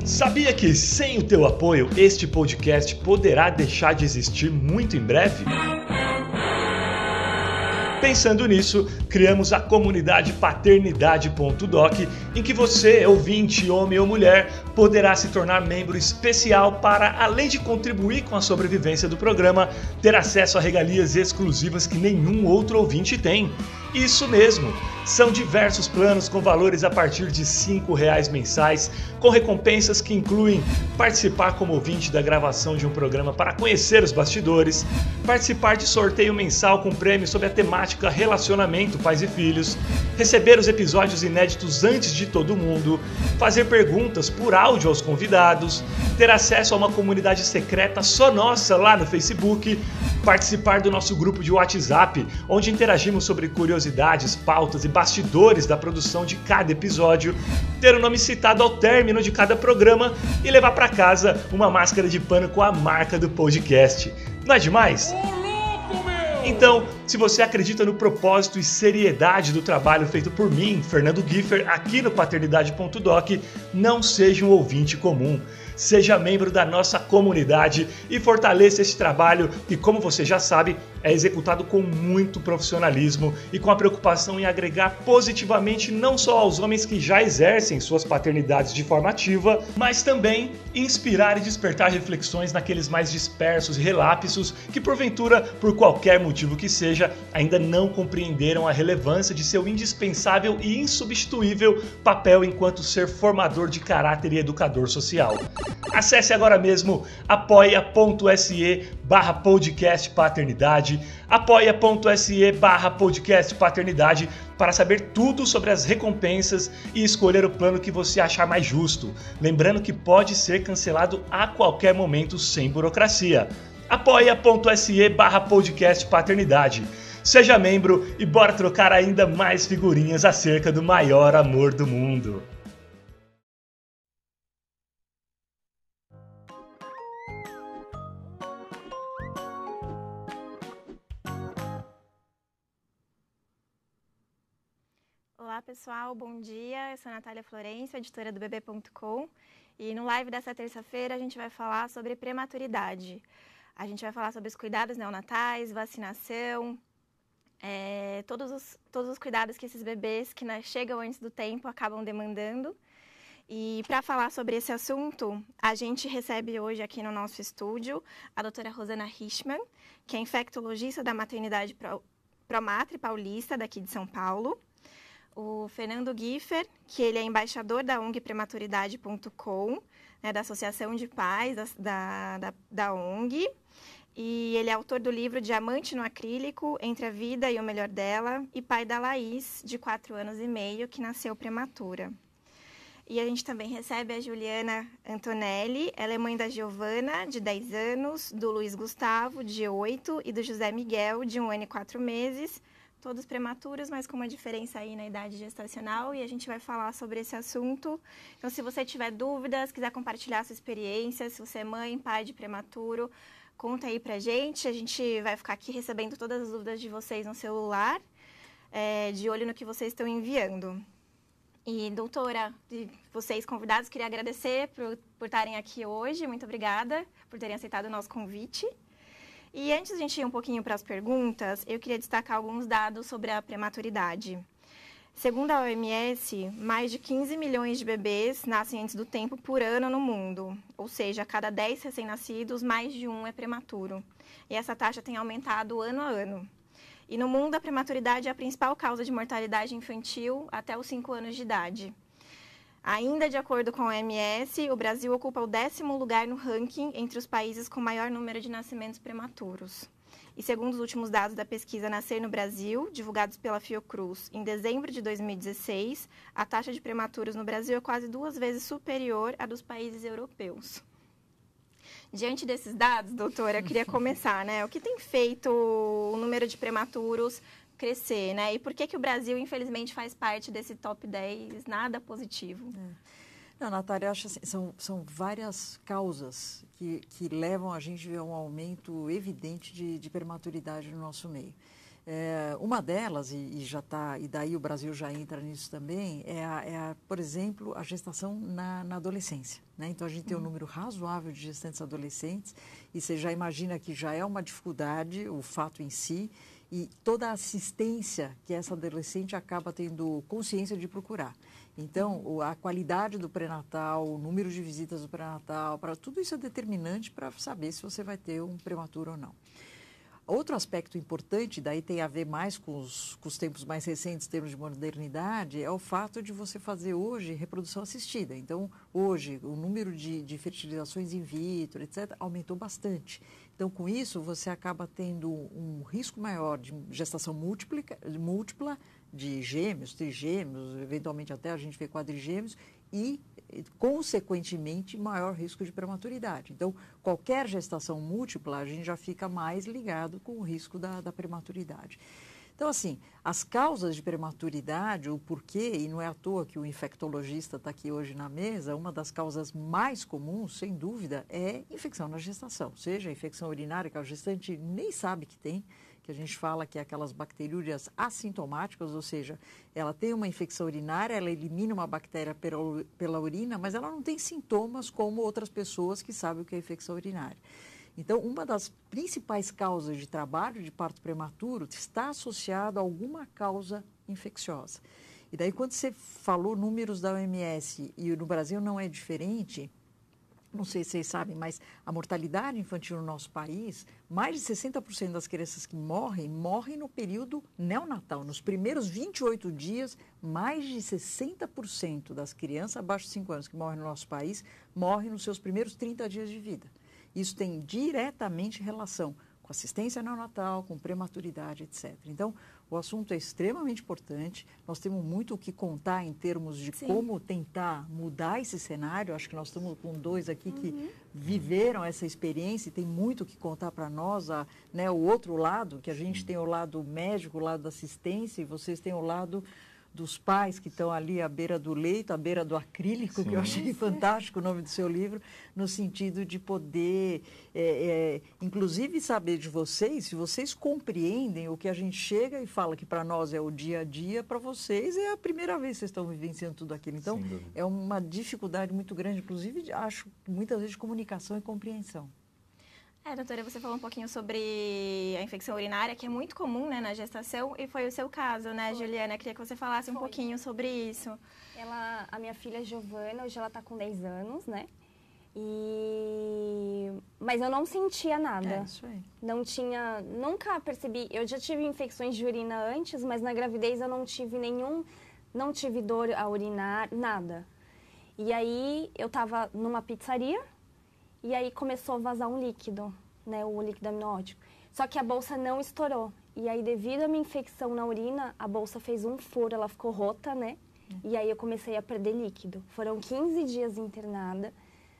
Sabia que sem o teu apoio, este podcast poderá deixar de existir muito em breve? Pensando nisso, criamos a comunidade paternidade.doc, em que você, ouvinte, homem ou mulher, poderá se tornar membro especial para, além de contribuir com a sobrevivência do programa, ter acesso a regalias exclusivas que nenhum outro ouvinte tem. Isso mesmo! São diversos planos com valores a partir de R$ 5,00 mensais, com recompensas que incluem participar como ouvinte da gravação de um programa para conhecer os bastidores, participar de sorteio mensal com prêmios sobre a temática relacionamento pais e filhos, receber os episódios inéditos antes de todo mundo, fazer perguntas por áudio aos convidados, ter acesso a uma comunidade secreta só nossa lá no Facebook, participar do nosso grupo de WhatsApp, onde interagimos sobre curiosidades, pautas e bastidores da produção de cada episódio, ter o nome citado ao término de cada programa e levar para casa uma máscara de pano com a marca do podcast. Não é demais? Então, se você acredita no propósito e seriedade do trabalho feito por mim, Fernando Giffer, aqui no Paternidade.doc, não seja um ouvinte comum. Seja membro da nossa comunidade e fortaleça esse trabalho que, como você já sabe, é executado com muito profissionalismo e com a preocupação em agregar positivamente não só aos homens que já exercem suas paternidades de forma ativa, mas também inspirar e despertar reflexões naqueles mais dispersos e relapsos que, porventura, por qualquer motivo que seja, ainda não compreenderam a relevância de seu indispensável e insubstituível papel enquanto ser formador de caráter e educador social. Acesse agora mesmo apoia.se/podcast paternidade, apoia.se/podcast paternidade para saber tudo sobre as recompensas e escolher o plano que você achar mais justo. Lembrando que pode ser cancelado a qualquer momento sem burocracia. apoia.se/podcast paternidade. Seja membro e bora trocar ainda mais figurinhas acerca do maior amor do mundo. Olá pessoal, bom dia, eu sou a Natália Florencio, editora do Bebê.com, e no live dessa terça-feira a gente vai falar sobre prematuridade. A gente vai falar sobre os cuidados neonatais, vacinação, todos os cuidados que esses bebês que chegam antes do tempo acabam demandando. E para falar sobre esse assunto, a gente recebe hoje aqui no nosso estúdio a doutora Rosana Richman, que é infectologista da maternidade Promatre Paulista, daqui de São Paulo. O Fernando Giffer, que ele é embaixador da ONG Prematuridade.com, né, da Associação de Pais da ONG, e ele é autor do livro Diamante no Acrílico, Entre a Vida e o Melhor Dela, e pai da Laís, de 4 anos e meio, que nasceu prematura. E a gente também recebe a Juliana Antonelli, ela é mãe da Giovana, de 10 anos, do Luiz Gustavo, de 8, e do José Miguel, de 1 ano e 4 meses, todos prematuros, mas com uma diferença aí na idade gestacional, e a gente vai falar sobre esse assunto. Então, se você tiver dúvidas, quiser compartilhar sua experiência, se você é mãe, pai de prematuro, conta aí pra gente. A gente vai ficar aqui recebendo todas as dúvidas de vocês no celular, de olho no que vocês estão enviando. E, doutora, de vocês convidados, queria agradecer por estarem aqui hoje. Muito obrigada por terem aceitado o nosso convite. E antes de a gente ir um pouquinho para as perguntas, eu queria destacar alguns dados sobre a prematuridade. Segundo a OMS, mais de 15 milhões de bebês nascem antes do tempo por ano no mundo. Ou seja, a cada 10 recém-nascidos, mais de um é prematuro. E essa taxa tem aumentado ano a ano. E no mundo, a prematuridade é a principal causa de mortalidade infantil até os 5 anos de idade. Ainda de acordo com a OMS, o Brasil ocupa o 10º lugar no ranking entre os países com maior número de nascimentos prematuros. E segundo os últimos dados da pesquisa Nascer no Brasil, divulgados pela Fiocruz em dezembro de 2016, a taxa de prematuros no Brasil é quase 2 vezes superior à dos países europeus. Diante desses dados, doutora, eu queria começar, né? O que tem feito o número de prematuros crescer, né? E por que o Brasil, infelizmente, faz parte desse top 10 nada positivo? Não, Natália, eu acho assim, são várias causas que levam a gente a ver um aumento evidente de prematuridade no nosso meio. Uma delas, e daí o Brasil já entra nisso também, por exemplo, a gestação na adolescência. Né? Então, a gente tem um número razoável de gestantes adolescentes e você já imagina que já é uma dificuldade o fato em si e toda a assistência que essa adolescente acaba tendo consciência de procurar. Então, a qualidade do pré-natal, o número de visitas do pré-natal, tudo isso é determinante para saber se você vai ter um prematuro ou não. Outro aspecto importante, daí tem a ver mais com os tempos mais recentes, em termos de modernidade, é o fato de você fazer hoje reprodução assistida. Então, hoje, o número de fertilizações in vitro, etc., aumentou bastante. Então, com isso, você acaba tendo um risco maior de gestação múltipla, de gêmeos, trigêmeos, eventualmente até a gente vê quadrigêmeos, e, consequentemente, maior risco de prematuridade. Então, qualquer gestação múltipla, a gente já fica mais ligado com o risco da prematuridade. Então, assim, as causas de prematuridade, o porquê, e não é à toa que o infectologista está aqui hoje na mesa, uma das causas mais comuns, sem dúvida, é infecção na gestação. Seja a infecção urinária, que a gestante nem sabe que tem, que a gente fala que é aquelas bacteriúrias assintomáticas, ou seja, ela tem uma infecção urinária, ela elimina uma bactéria pela urina, mas ela não tem sintomas como outras pessoas que sabem o que é infecção urinária. Então, uma das principais causas de trabalho de parto prematuro está associada a alguma causa infecciosa. E daí, quando você falou números da OMS, e no Brasil não é diferente, não sei se vocês sabem, mas a mortalidade infantil no nosso país, mais de 60% das crianças que morrem no período neonatal. Nos primeiros 28 dias, mais de 60% das crianças abaixo de 5 anos que morrem no nosso país, morrem nos seus primeiros 30 dias de vida. Isso tem diretamente relação com assistência neonatal, com prematuridade, etc. Então, o assunto é extremamente importante. Nós temos muito o que contar em termos de como tentar mudar esse cenário. Acho que nós estamos com dois aqui que viveram essa experiência e tem muito o que contar para nós. Né, o outro lado, que a gente tem o lado médico, o lado da assistência, e vocês têm o lado dos pais que estão ali à beira do leito, à beira do acrílico, que eu achei fantástico o nome do seu livro, no sentido de poder, inclusive, saber de vocês, se vocês compreendem o que a gente chega e fala que para nós é o dia a dia, para vocês é a primeira vez que vocês estão vivenciando tudo aquilo. Então, é uma dificuldade muito grande, inclusive, acho, muitas vezes, de comunicação e compreensão. Doutora, você falou um pouquinho sobre a infecção urinária, que é muito comum, né, na gestação, e foi o seu caso, né, Juliana? Queria que você falasse um pouquinho sobre isso. A minha filha Giovana, hoje ela está com 10 anos, né? Mas eu não sentia nada. Isso aí. Nunca percebi. Eu já tive infecções de urina antes, mas na gravidez eu não tive dor a urinar, nada. E aí eu estava numa pizzaria. E aí começou a vazar um líquido, né, o líquido amniótico. Só que a bolsa não estourou. E aí, devido à minha infecção na urina, a bolsa fez um furo, ela ficou rota, né? E aí eu comecei a perder líquido. Foram 15 dias internada.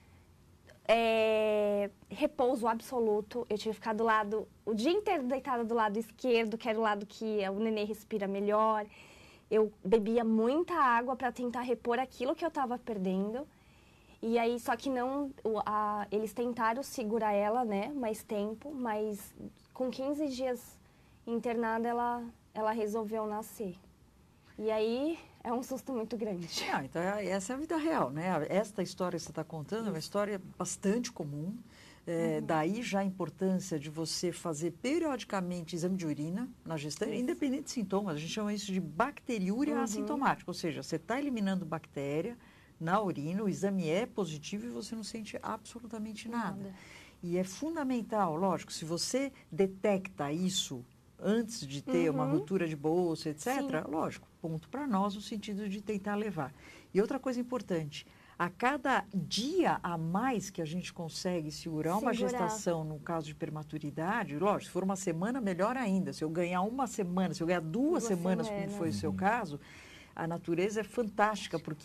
Repouso absoluto. Eu tive que ficar o dia inteiro deitada do lado esquerdo, que era o lado que o nenê respira melhor. Eu bebia muita água para tentar repor aquilo que eu estava perdendo. E aí, só que não, eles tentaram segurar ela, né, mais tempo, mas com 15 dias internada, ela resolveu nascer. E aí, é um susto muito grande. Então, essa é a vida real, né? Esta história que você está contando é uma história bastante comum. Daí já a importância de você fazer periodicamente exame de urina na gestante, independente de sintomas. A gente chama isso de bacteriúria assintomática, ou seja, você está eliminando bactéria na urina, o exame é positivo e você não sente absolutamente nada. E é fundamental, lógico, se você detecta isso antes de ter uma ruptura de bolsa, etc., lógico, ponto para nós no sentido de tentar levar. E outra coisa importante, a cada dia a mais que a gente consegue segurar uma gestação no caso de prematuridade, lógico, se for uma semana, melhor ainda. Se eu ganhar uma semana, se eu ganhar duas semanas, como foi o seu caso, a natureza é fantástica, porque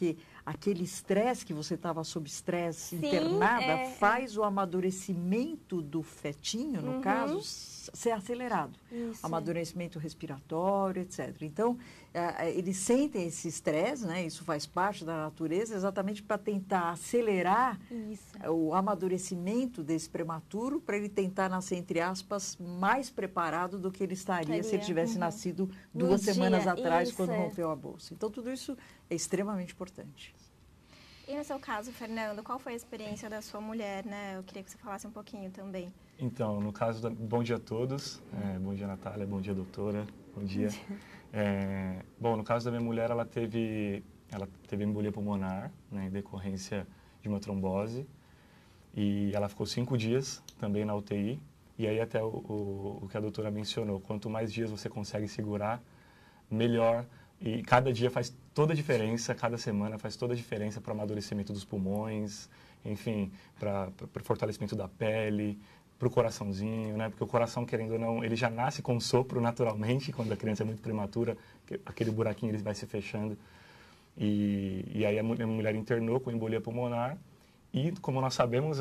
aquele estresse que você estava sob estresse Sim, internada, faz o amadurecimento do fetinho, no caso, ser acelerado. Isso. Amadurecimento respiratório, etc. Então, eles sentem esse estresse, né? Isso faz parte da natureza, exatamente para tentar acelerar o amadurecimento desse prematuro, para ele tentar nascer, entre aspas, mais preparado do que ele estaria se ele tivesse nascido 2 semanas atrás, quando rompeu a bolsa. Então, tudo isso é extremamente importante. E no seu caso, Fernando, qual foi a experiência da sua mulher, né? Eu queria que você falasse um pouquinho também. Então, no caso, bom dia a todos. Bom dia, Natália. Bom dia, doutora. Bom dia. Bom, no caso da minha mulher, ela teve embolia pulmonar, né, em decorrência de uma trombose. E ela ficou 5 dias também na UTI. E aí até o que a doutora mencionou, quanto mais dias você consegue segurar, melhor. E cada dia faz toda a diferença, cada semana faz toda a diferença para o amadurecimento dos pulmões, enfim, para o fortalecimento da pele, para o coraçãozinho, né? Porque o coração, querendo ou não, ele já nasce com sopro naturalmente, quando a criança é muito prematura, aquele buraquinho ele vai se fechando. E aí a mulher internou com embolia pulmonar e, como nós sabemos,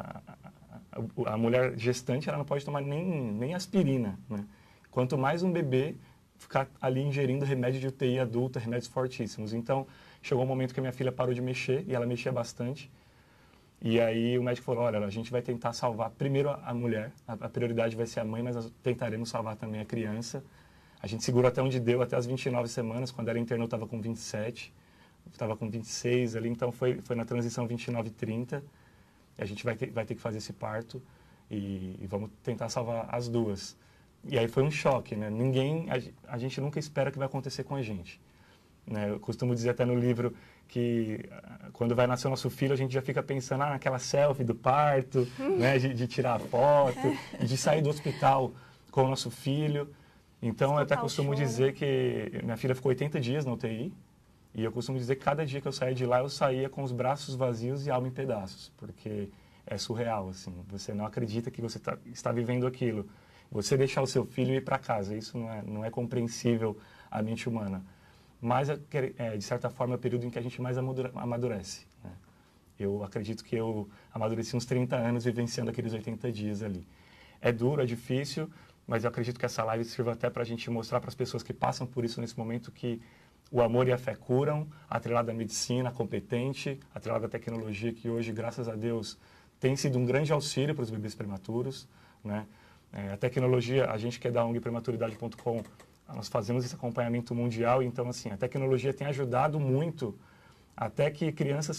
a mulher gestante ela não pode tomar nem aspirina, né? Quanto mais um bebê ficar ali ingerindo remédio de UTI adulta, remédios fortíssimos. Então, chegou um momento que a minha filha parou de mexer, e ela mexia bastante. E aí o médico falou, olha, a gente vai tentar salvar primeiro a mulher, a prioridade vai ser a mãe, mas nós tentaremos salvar também a criança. A gente segurou até onde deu, até as 29 semanas, quando ela internou estava com 27, estava com 26 ali, então foi na transição 29 e 30. A gente vai ter que fazer esse parto e vamos tentar salvar as duas. E aí foi um choque, né? A gente nunca espera que vai acontecer com a gente. Né? Eu costumo dizer até no livro que quando vai nascer o nosso filho, a gente já fica pensando naquela selfie do parto, né? de tirar a foto, de sair do hospital com o nosso filho. Então, eu até costumo dizer que minha filha ficou 80 dias na UTI, e eu costumo dizer que cada dia que eu saía de lá, eu saía com os braços vazios e alma em pedaços, porque é surreal, assim. Você não acredita que você está vivendo aquilo. Você deixar o seu filho ir para casa, isso não é compreensível à mente humana. Mas, de certa forma, é o período em que a gente mais amadurece. Né? Eu acredito que eu amadureci uns 30 anos vivenciando aqueles 80 dias ali. É duro, é difícil, mas eu acredito que essa live sirva até para a gente mostrar para as pessoas que passam por isso nesse momento que o amor e a fé curam, atrelado à medicina competente, atrelado à tecnologia que hoje, graças a Deus, tem sido um grande auxílio para os bebês prematuros, né? A tecnologia, a gente que é da ONG Prematuridade.com, nós fazemos esse acompanhamento mundial, então, assim, a tecnologia tem ajudado muito, até que crianças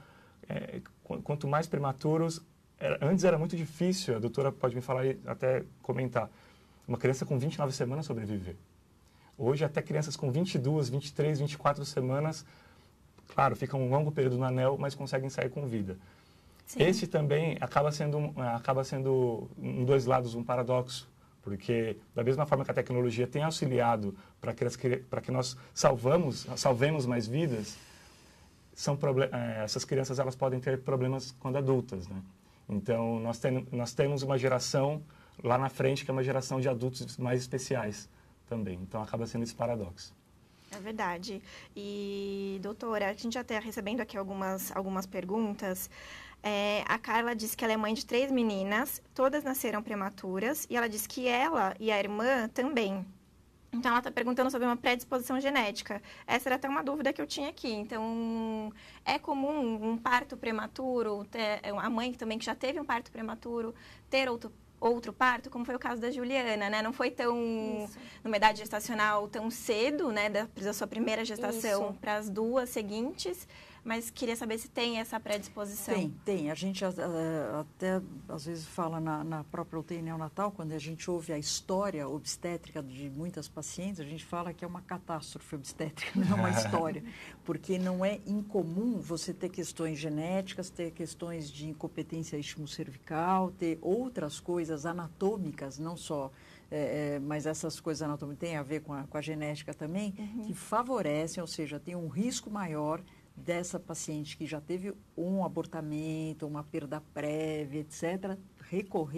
quanto mais prematuros, antes era muito difícil, a doutora pode me falar e até comentar, uma criança com 29 semanas sobreviver. Hoje, até crianças com 22, 23, 24 semanas, claro, ficam um longo período no anel, mas conseguem sair com vida. Sim. Esse também acaba sendo em dois lados um paradoxo, porque da mesma forma que a tecnologia tem auxiliado para que nós salvemos mais vidas, essas crianças elas podem ter problemas quando adultas, né? Então nós temos uma geração lá na frente que é uma geração de adultos mais especiais também. Então acaba sendo esse paradoxo. É verdade. E doutora, a gente já está recebendo aqui algumas perguntas. A Carla disse que ela é mãe de 3 meninas, todas nasceram prematuras, e ela disse que ela e a irmã também. Então, ela está perguntando sobre uma predisposição genética. Essa era até uma dúvida que eu tinha aqui. Então, é comum um parto prematuro, a mãe também que já teve um parto prematuro, ter outro parto, como foi o caso da Juliana, né? Não foi numa idade gestacional tão cedo, né? Da sua primeira gestação para as 2 seguintes. Mas queria saber se tem essa predisposição. Tem. A gente até, às vezes, fala na própria UTI neonatal, quando a gente ouve a história obstétrica de muitas pacientes, a gente fala que é uma catástrofe obstétrica, não é uma história. Porque não é incomum você ter questões genéticas, ter questões de incompetência istmo-cervical, ter outras coisas anatômicas, não só... mas essas coisas anatômicas têm a ver com a genética também, que favorecem, ou seja, tem um risco maior dessa paciente que já teve um abortamento, uma perda prévia, etc., recorrer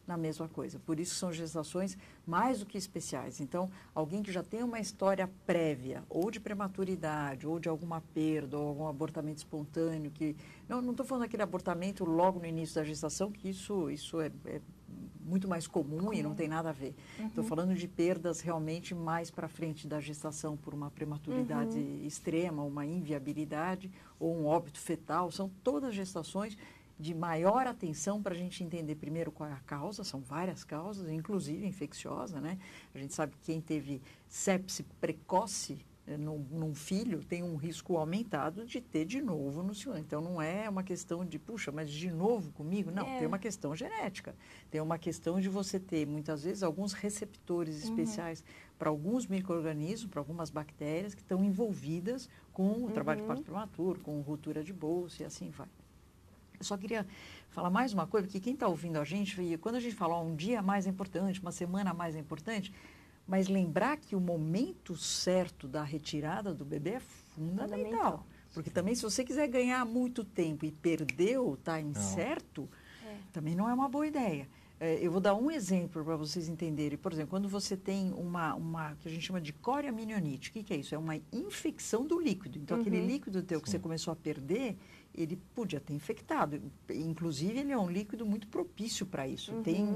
na mesma coisa. Por isso são gestações mais do que especiais. Então, alguém que já tem uma história prévia, ou de prematuridade, ou de alguma perda, ou algum abortamento espontâneo, que... Não estou falando daquele abortamento logo no início da gestação, que isso é muito mais comum e não tem nada a ver. Estou falando de perdas realmente mais para frente da gestação por uma prematuridade extrema, uma inviabilidade ou um óbito fetal. São todas gestações de maior atenção para a gente entender primeiro qual é a causa, são várias causas, inclusive infecciosa, né? A gente sabe que quem teve sepse precoce num filho tem um risco aumentado de ter de novo no senhor. Então, não é uma questão de, puxa, mas de novo comigo? Não, tem uma questão genética. Tem uma questão de você ter, muitas vezes, alguns receptores especiais para alguns micro-organismos, para algumas bactérias que estão envolvidas com o trabalho de parto prematuro, com ruptura de bolsa e assim vai. Eu só queria falar mais uma coisa, porque quem está ouvindo a gente, quando a gente fala um dia mais importante, uma semana mais importante, mas lembrar que o momento certo da retirada do bebê é fundamental. Porque também, se você quiser ganhar muito tempo e perder o time certo, também não é uma boa ideia. Eu vou dar um exemplo para vocês entenderem. Por exemplo, quando você tem uma que a gente chama de coriamionite, o que é isso? É uma infecção do líquido. Então, aquele líquido teu que você começou a perder, ele podia ter infectado. Inclusive, ele é um líquido muito propício para isso.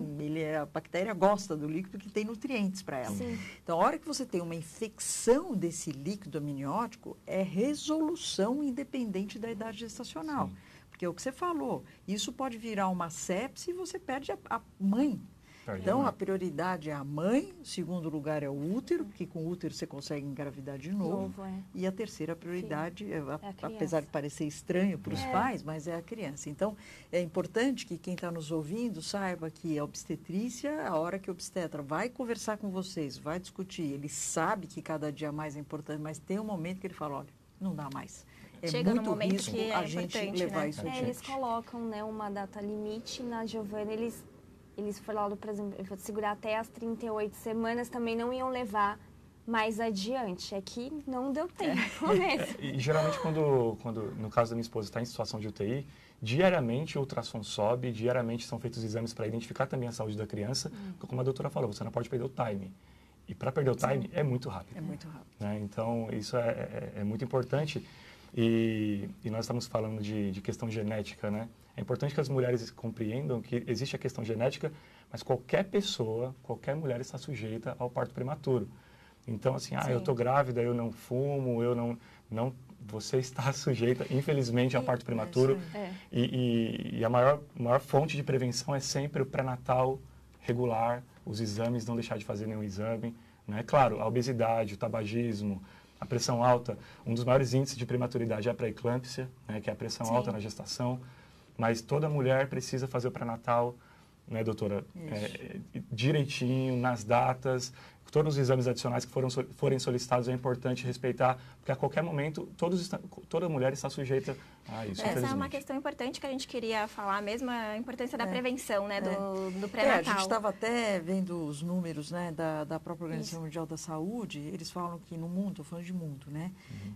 A bactéria gosta do líquido que tem nutrientes para ela. Então, a hora que você tem uma infecção desse líquido amniótico, é resolução independente da idade gestacional. Porque é o que você falou, isso pode virar uma sepse e você perde a mãe. Então, a prioridade é a mãe, o segundo lugar é o útero, porque com o útero você consegue engravidar de novo. E a terceira prioridade, apesar de parecer estranho para os pais, mas é a criança. Então, é importante que quem está nos ouvindo saiba que a obstetrícia, a hora que o obstetra vai conversar com vocês, vai discutir, ele sabe que cada dia mais é importante, mas tem um momento que ele fala, olha, não dá mais. Chega muito no momento risco que a gente levar isso adiante. Eles colocam, né, uma data limite na Giovana, eles falaram, por exemplo, eu vou segurar até as 38 semanas, também não iam levar mais adiante. É que não deu tempo mesmo. E geralmente, quando no caso da minha esposa está em situação de UTI, diariamente o ultrassom sobe, diariamente são feitos exames para identificar também a saúde da criança, como a doutora falou, você não pode perder o time. E para perder o time é muito rápido. É muito rápido. Né? Então, isso é muito importante. E nós estamos falando de questão genética, né? É importante que as mulheres compreendam que existe a questão genética, mas qualquer pessoa, qualquer mulher está sujeita ao parto prematuro. Então, assim, eu estou grávida, eu não fumo, eu não você está sujeita, infelizmente, ao parto prematuro. E a maior fonte de prevenção é sempre o pré-natal regular, os exames, não deixar de fazer nenhum exame. Né? Claro, a obesidade, o tabagismo, a pressão alta, um dos maiores índices de prematuridade é a pré-eclâmpsia, né, que é a pressão alta na gestação, mas toda mulher precisa fazer o pré-natal, né, doutora, direitinho, nas datas, todos os exames adicionais que forem solicitados é importante respeitar, porque a qualquer momento toda mulher está sujeita a isso, Essa é uma questão importante que a gente queria falar mesmo, a importância da prevenção, né, do pré-natal. A gente estava até vendo os números, né, da própria Organização Mundial da Saúde, eles falam que no mundo, estou falando de mundo, né,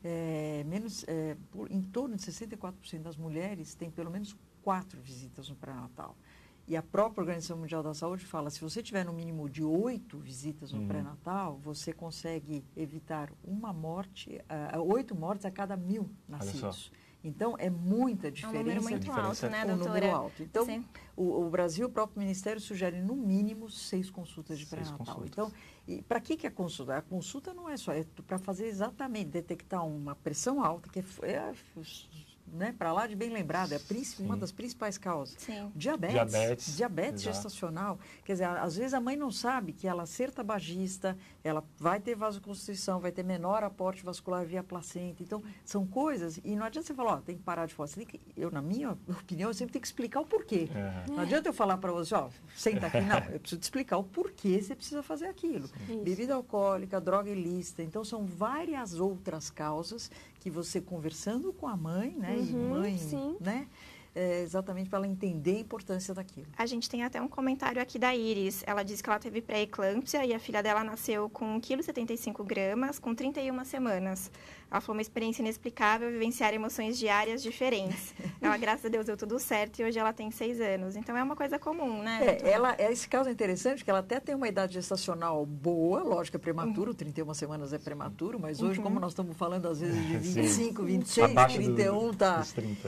em torno de 64% das mulheres têm pelo menos 4 visitas no pré-natal. E a própria Organização Mundial da Saúde fala, se você tiver no mínimo de 8 visitas no pré-natal, você consegue evitar 8 mortes a cada 1000 nascidos. Então, é muita diferença. É um número muito alto, né, doutora? Um número alto. Então, o Brasil, o próprio Ministério sugere, no mínimo, 6 consultas de pré-natal. Então, para que a consulta? A consulta não é só, é para fazer exatamente, detectar uma pressão alta, que né, para lá de bem lembrado, é uma das principais causas. Diabetes gestacional. Quer dizer, às vezes a mãe não sabe que ela ser tabagista, ela vai ter vasoconstrição, vai ter menor aporte vascular via placenta. Então, são coisas, e não adianta você falar, tem que parar de fumar. Na minha opinião, eu sempre tenho que explicar o porquê. Não adianta eu falar para você, senta aqui, não, eu preciso te explicar o porquê você precisa fazer aquilo. Bebida alcoólica, droga ilícita, então são várias outras causas que você conversando com a mãe, né, né, exatamente para ela entender a importância daquilo. A gente tem até um comentário aqui da Iris. Ela disse que ela teve pré-eclâmpsia e a filha dela nasceu com 1,75 kg, com 31 semanas. Ela falou uma experiência inexplicável, vivenciar emoções diárias diferentes. Ela, graças a Deus, deu tudo certo e hoje ela tem 6 anos. Então, é uma coisa comum, né? Esse caso é interessante, porque ela até tem uma idade gestacional boa, lógico, é prematuro, 31 semanas é prematuro, mas hoje, como nós estamos falando, às vezes, de 25, 26, 31, tá...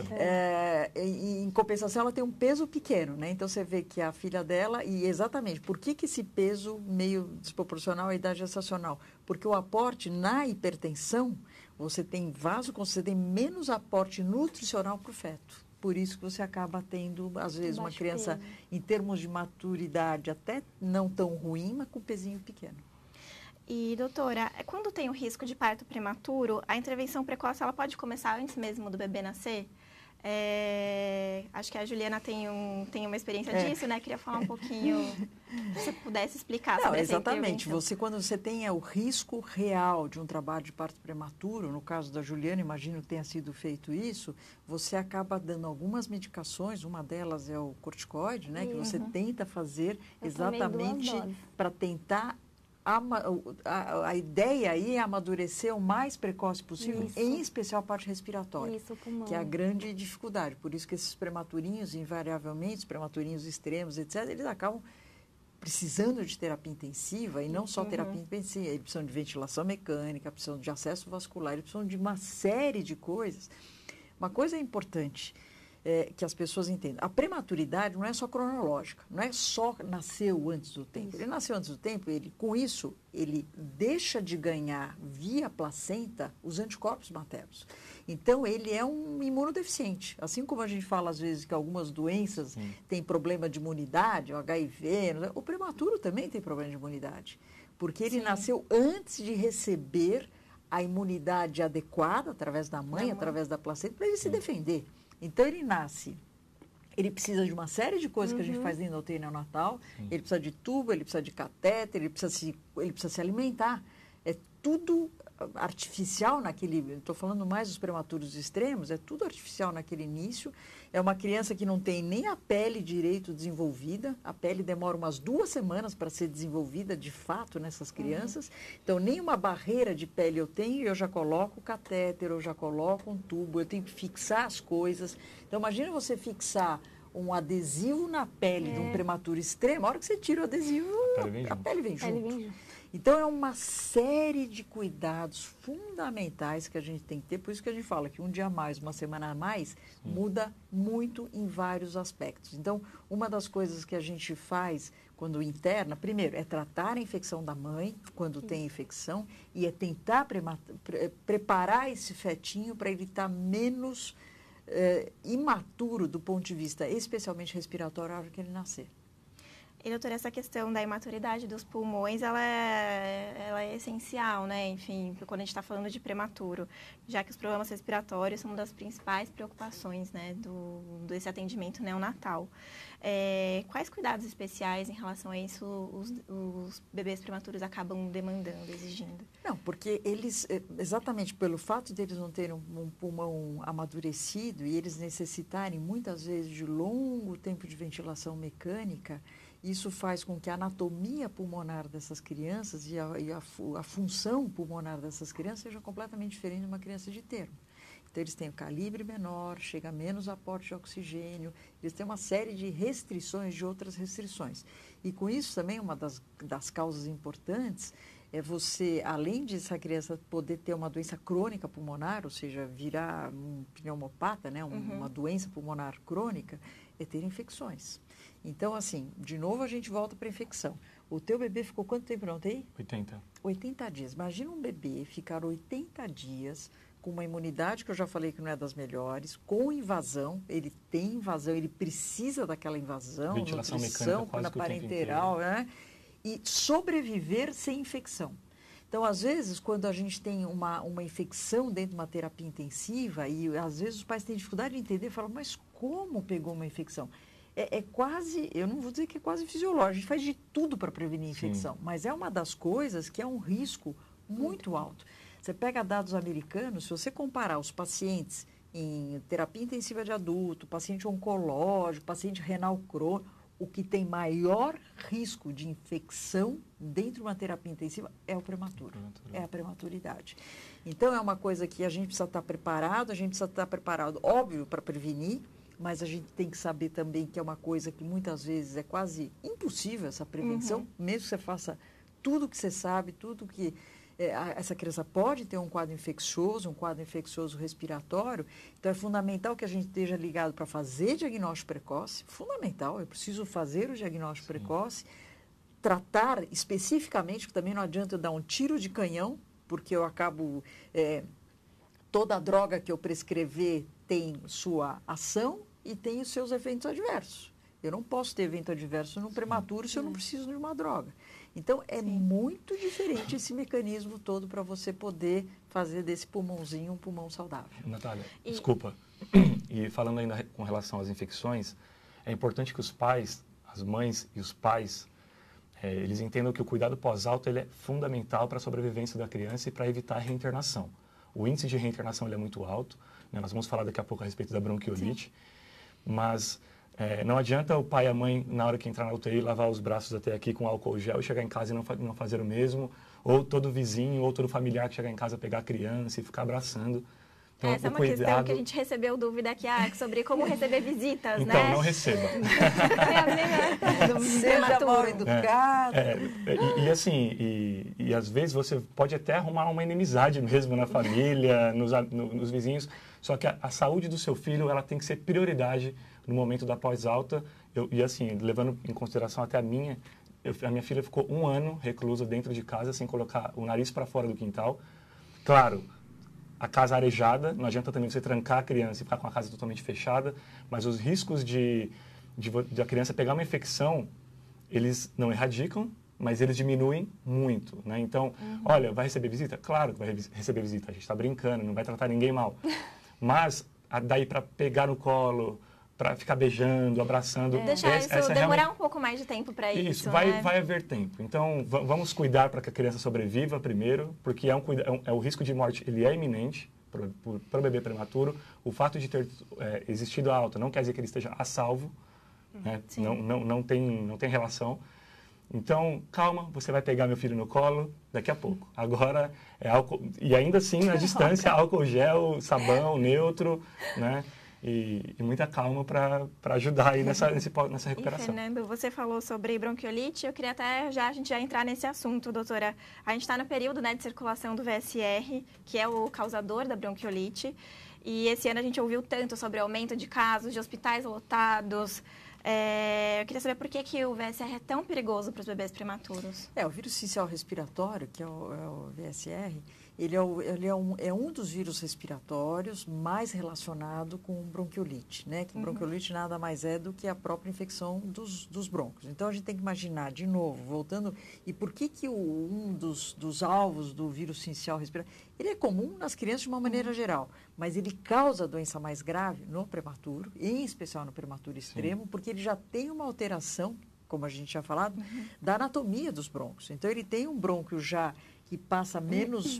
Em compensação, ela tem um peso pequeno, né? Então, você vê que a filha dela, e exatamente, por que esse peso meio desproporcional à idade gestacional? Porque o aporte na hipertensão, você tem você tem menos aporte nutricional para o feto. Por isso que você acaba tendo, às vezes, uma criança, em termos de maturidade, até não tão ruim, mas com um pezinho pequeno. E, doutora, quando tem o risco de parto prematuro, a intervenção precoce ela pode começar antes mesmo do bebê nascer? Acho que a Juliana tem uma experiência disso, né? Queria falar um pouquinho, se você pudesse explicar sobre essa exatamente. Quando você tem o risco real de um trabalho de parto prematuro, no caso da Juliana, imagino que tenha sido feito isso, você acaba dando algumas medicações, uma delas é o corticoide, né? Que você tenta fazer exatamente para tentar... A ideia aí é amadurecer o mais precoce possível, em especial a parte respiratória, que é a grande dificuldade. Por isso que esses prematurinhos, invariavelmente, os prematurinhos extremos, etc., eles acabam precisando de terapia intensiva, e não só terapia intensiva, eles precisam de ventilação mecânica, precisam de acesso vascular, eles precisam de uma série de coisas. Uma coisa importante que as pessoas entendam. A prematuridade não é só cronológica, não é só nasceu antes do tempo. Ele nasceu antes do tempo, com isso, ele deixa de ganhar via placenta os anticorpos maternos. Então, ele é um imunodeficiente. Assim como a gente fala, às vezes, que algumas doenças têm problema de imunidade, o HIV, o prematuro também tem problema de imunidade. Porque ele nasceu antes de receber a imunidade adequada, através da mãe, através da placenta, para ele se defender. Então, ele nasce, ele precisa de uma série de coisas que a gente faz dentro da UTI neonatal, ele precisa de tubo, ele precisa de catéter, ele precisa se alimentar. É tudo artificial estou falando mais dos prematuros extremos, é tudo artificial naquele início. É uma criança que não tem nem a pele direito desenvolvida, a pele demora umas 2 semanas para ser desenvolvida de fato nessas crianças. Então, nem uma barreira de pele eu tenho, e eu já coloco o catéter, eu já coloco um tubo, eu tenho que fixar as coisas. Então, imagina você fixar um adesivo na pele de um prematuro extremo, a hora que você tira o adesivo, a pele vem junto. Então, é uma série de cuidados fundamentais que a gente tem que ter. Por isso que a gente fala que um dia a mais, uma semana a mais, muda muito em vários aspectos. Então, uma das coisas que a gente faz quando interna, primeiro, é tratar a infecção da mãe, quando tem infecção, e é tentar preparar esse fetinho para ele estar menos imaturo do ponto de vista, especialmente respiratório, na hora que ele nascer. E, doutora, essa questão da imaturidade dos pulmões, ela é essencial, né? Enfim, quando a gente está falando de prematuro, já que os problemas respiratórios são uma das principais preocupações, né, desse atendimento neonatal. Quais cuidados especiais em relação a isso os bebês prematuros acabam demandando, exigindo? Não, porque eles, exatamente pelo fato de eles não terem um pulmão amadurecido e eles necessitarem muitas vezes de longo tempo de ventilação mecânica, isso faz com que a anatomia pulmonar dessas crianças e a função pulmonar dessas crianças seja completamente diferente de uma criança de termo. Então, eles têm o calibre menor, chega menos aporte de oxigênio, eles têm uma série de restrições, de outras restrições. E com isso também, uma das causas importantes é você, além de essa criança poder ter uma doença crônica pulmonar, ou seja, virar um pneumopata, né, uma doença pulmonar crônica, é ter infecções. Então, assim, de novo a gente volta para a infecção. O teu bebê ficou quanto tempo na UTI? 80 dias. Imagina um bebê ficar 80 dias com uma imunidade que eu já falei que não é das melhores, com invasão, ele tem invasão, ele precisa daquela invasão, ventilação nutrição, mecânica na parenteral, né? E sobreviver sem infecção. Então, às vezes, quando a gente tem uma infecção dentro de uma terapia intensiva, e às vezes os pais têm dificuldade de entender, falam, mas como pegou uma infecção? É quase, eu não vou dizer que é quase fisiológico, a gente faz de tudo para prevenir infecção, mas é uma das coisas que é um risco muito alto. Você pega dados americanos, se você comparar os pacientes em terapia intensiva de adulto, paciente oncológico, paciente renal crônico, o que tem maior risco de infecção dentro de uma terapia intensiva é o prematuro, é a prematuridade. Então, é uma coisa que a gente precisa estar preparado, óbvio, para prevenir, mas a gente tem que saber também que é uma coisa que muitas vezes é quase impossível essa prevenção, mesmo que você faça tudo que você sabe, tudo que... essa criança pode ter um quadro infeccioso respiratório, então é fundamental que a gente esteja ligado para fazer diagnóstico precoce, fundamental, eu preciso fazer o diagnóstico precoce, tratar especificamente, porque também não adianta eu dar um tiro de canhão, porque eu acabo, toda droga que eu prescrever tem sua ação e tem os seus efeitos adversos. Eu não posso ter evento adverso no prematuro se eu não preciso de uma droga. Então, é muito diferente esse mecanismo todo para você poder fazer desse pulmãozinho um pulmão saudável. Natália, desculpa. E falando ainda com relação às infecções, é importante que os pais, as mães e os pais, eles entendam que o cuidado pós-alto ele é fundamental para a sobrevivência da criança e para evitar a reinternação. O índice de reinternação ele é muito alto, né? Nós vamos falar daqui a pouco a respeito da bronquiolite, mas... não adianta o pai e a mãe, na hora que entrar na UTI, lavar os braços até aqui com álcool gel e chegar em casa e não fazer o mesmo. Ou todo vizinho, ou todo familiar que chegar em casa pegar a criança e ficar abraçando. Então, essa é uma questão que a gente recebeu dúvida aqui sobre como receber visitas, então, né? Não receba. É a mesma coisa. Seja mal educado. E às vezes você pode até arrumar uma inimizade mesmo na família, nos vizinhos. Só que a saúde do seu filho, ela tem que ser prioridade no momento da pós-alta. Levando em consideração até a minha filha ficou 1 ano reclusa dentro de casa, sem colocar o nariz para fora do quintal. Claro, a casa arejada, não adianta também você trancar a criança e ficar com a casa totalmente fechada, mas os riscos de a criança pegar uma infecção, eles não erradicam, mas eles diminuem muito, né? Então, olha, vai receber visita? Claro que vai receber visita, a gente está brincando, não vai tratar ninguém mal. Mas daí para pegar no colo, para ficar beijando, abraçando... Deixar isso demorar um pouco mais de tempo para isso, Isso, vai haver tempo. Então, vamos cuidar para que a criança sobreviva primeiro, porque o risco de morte ele é iminente para o bebê prematuro. O fato de ter existido a alta não quer dizer que ele esteja a salvo, né? Não tem relação. Então, calma, você vai pegar meu filho no colo daqui a pouco. Agora, álcool, e ainda assim, na distância, álcool gel, sabão, neutro, né? E muita calma para ajudar aí nessa recuperação. E, Fernando, você falou sobre bronquiolite, eu queria até a gente já entrar nesse assunto, doutora. A gente está no período, né, de circulação do VSR, que é o causador da bronquiolite, e esse ano a gente ouviu tanto sobre o aumento de casos, de hospitais lotados. Eu queria saber por que o VSR é tão perigoso para os bebês prematuros. O vírus sincicial respiratório, que é o VSR, ele é um dos vírus respiratórios mais relacionado com bronquiolite, né? Que bronquiolite nada mais é do que a própria infecção dos brônquios. Então, a gente tem que imaginar, de novo, voltando... E por que um dos alvos do vírus sincicial respiratório... Ele é comum nas crianças de uma maneira geral, mas ele causa a doença mais grave no prematuro, em especial no prematuro extremo, porque ele já tem uma alteração, como a gente tinha falado, da anatomia dos brônquios. Então, ele tem um brônquio já que passa menos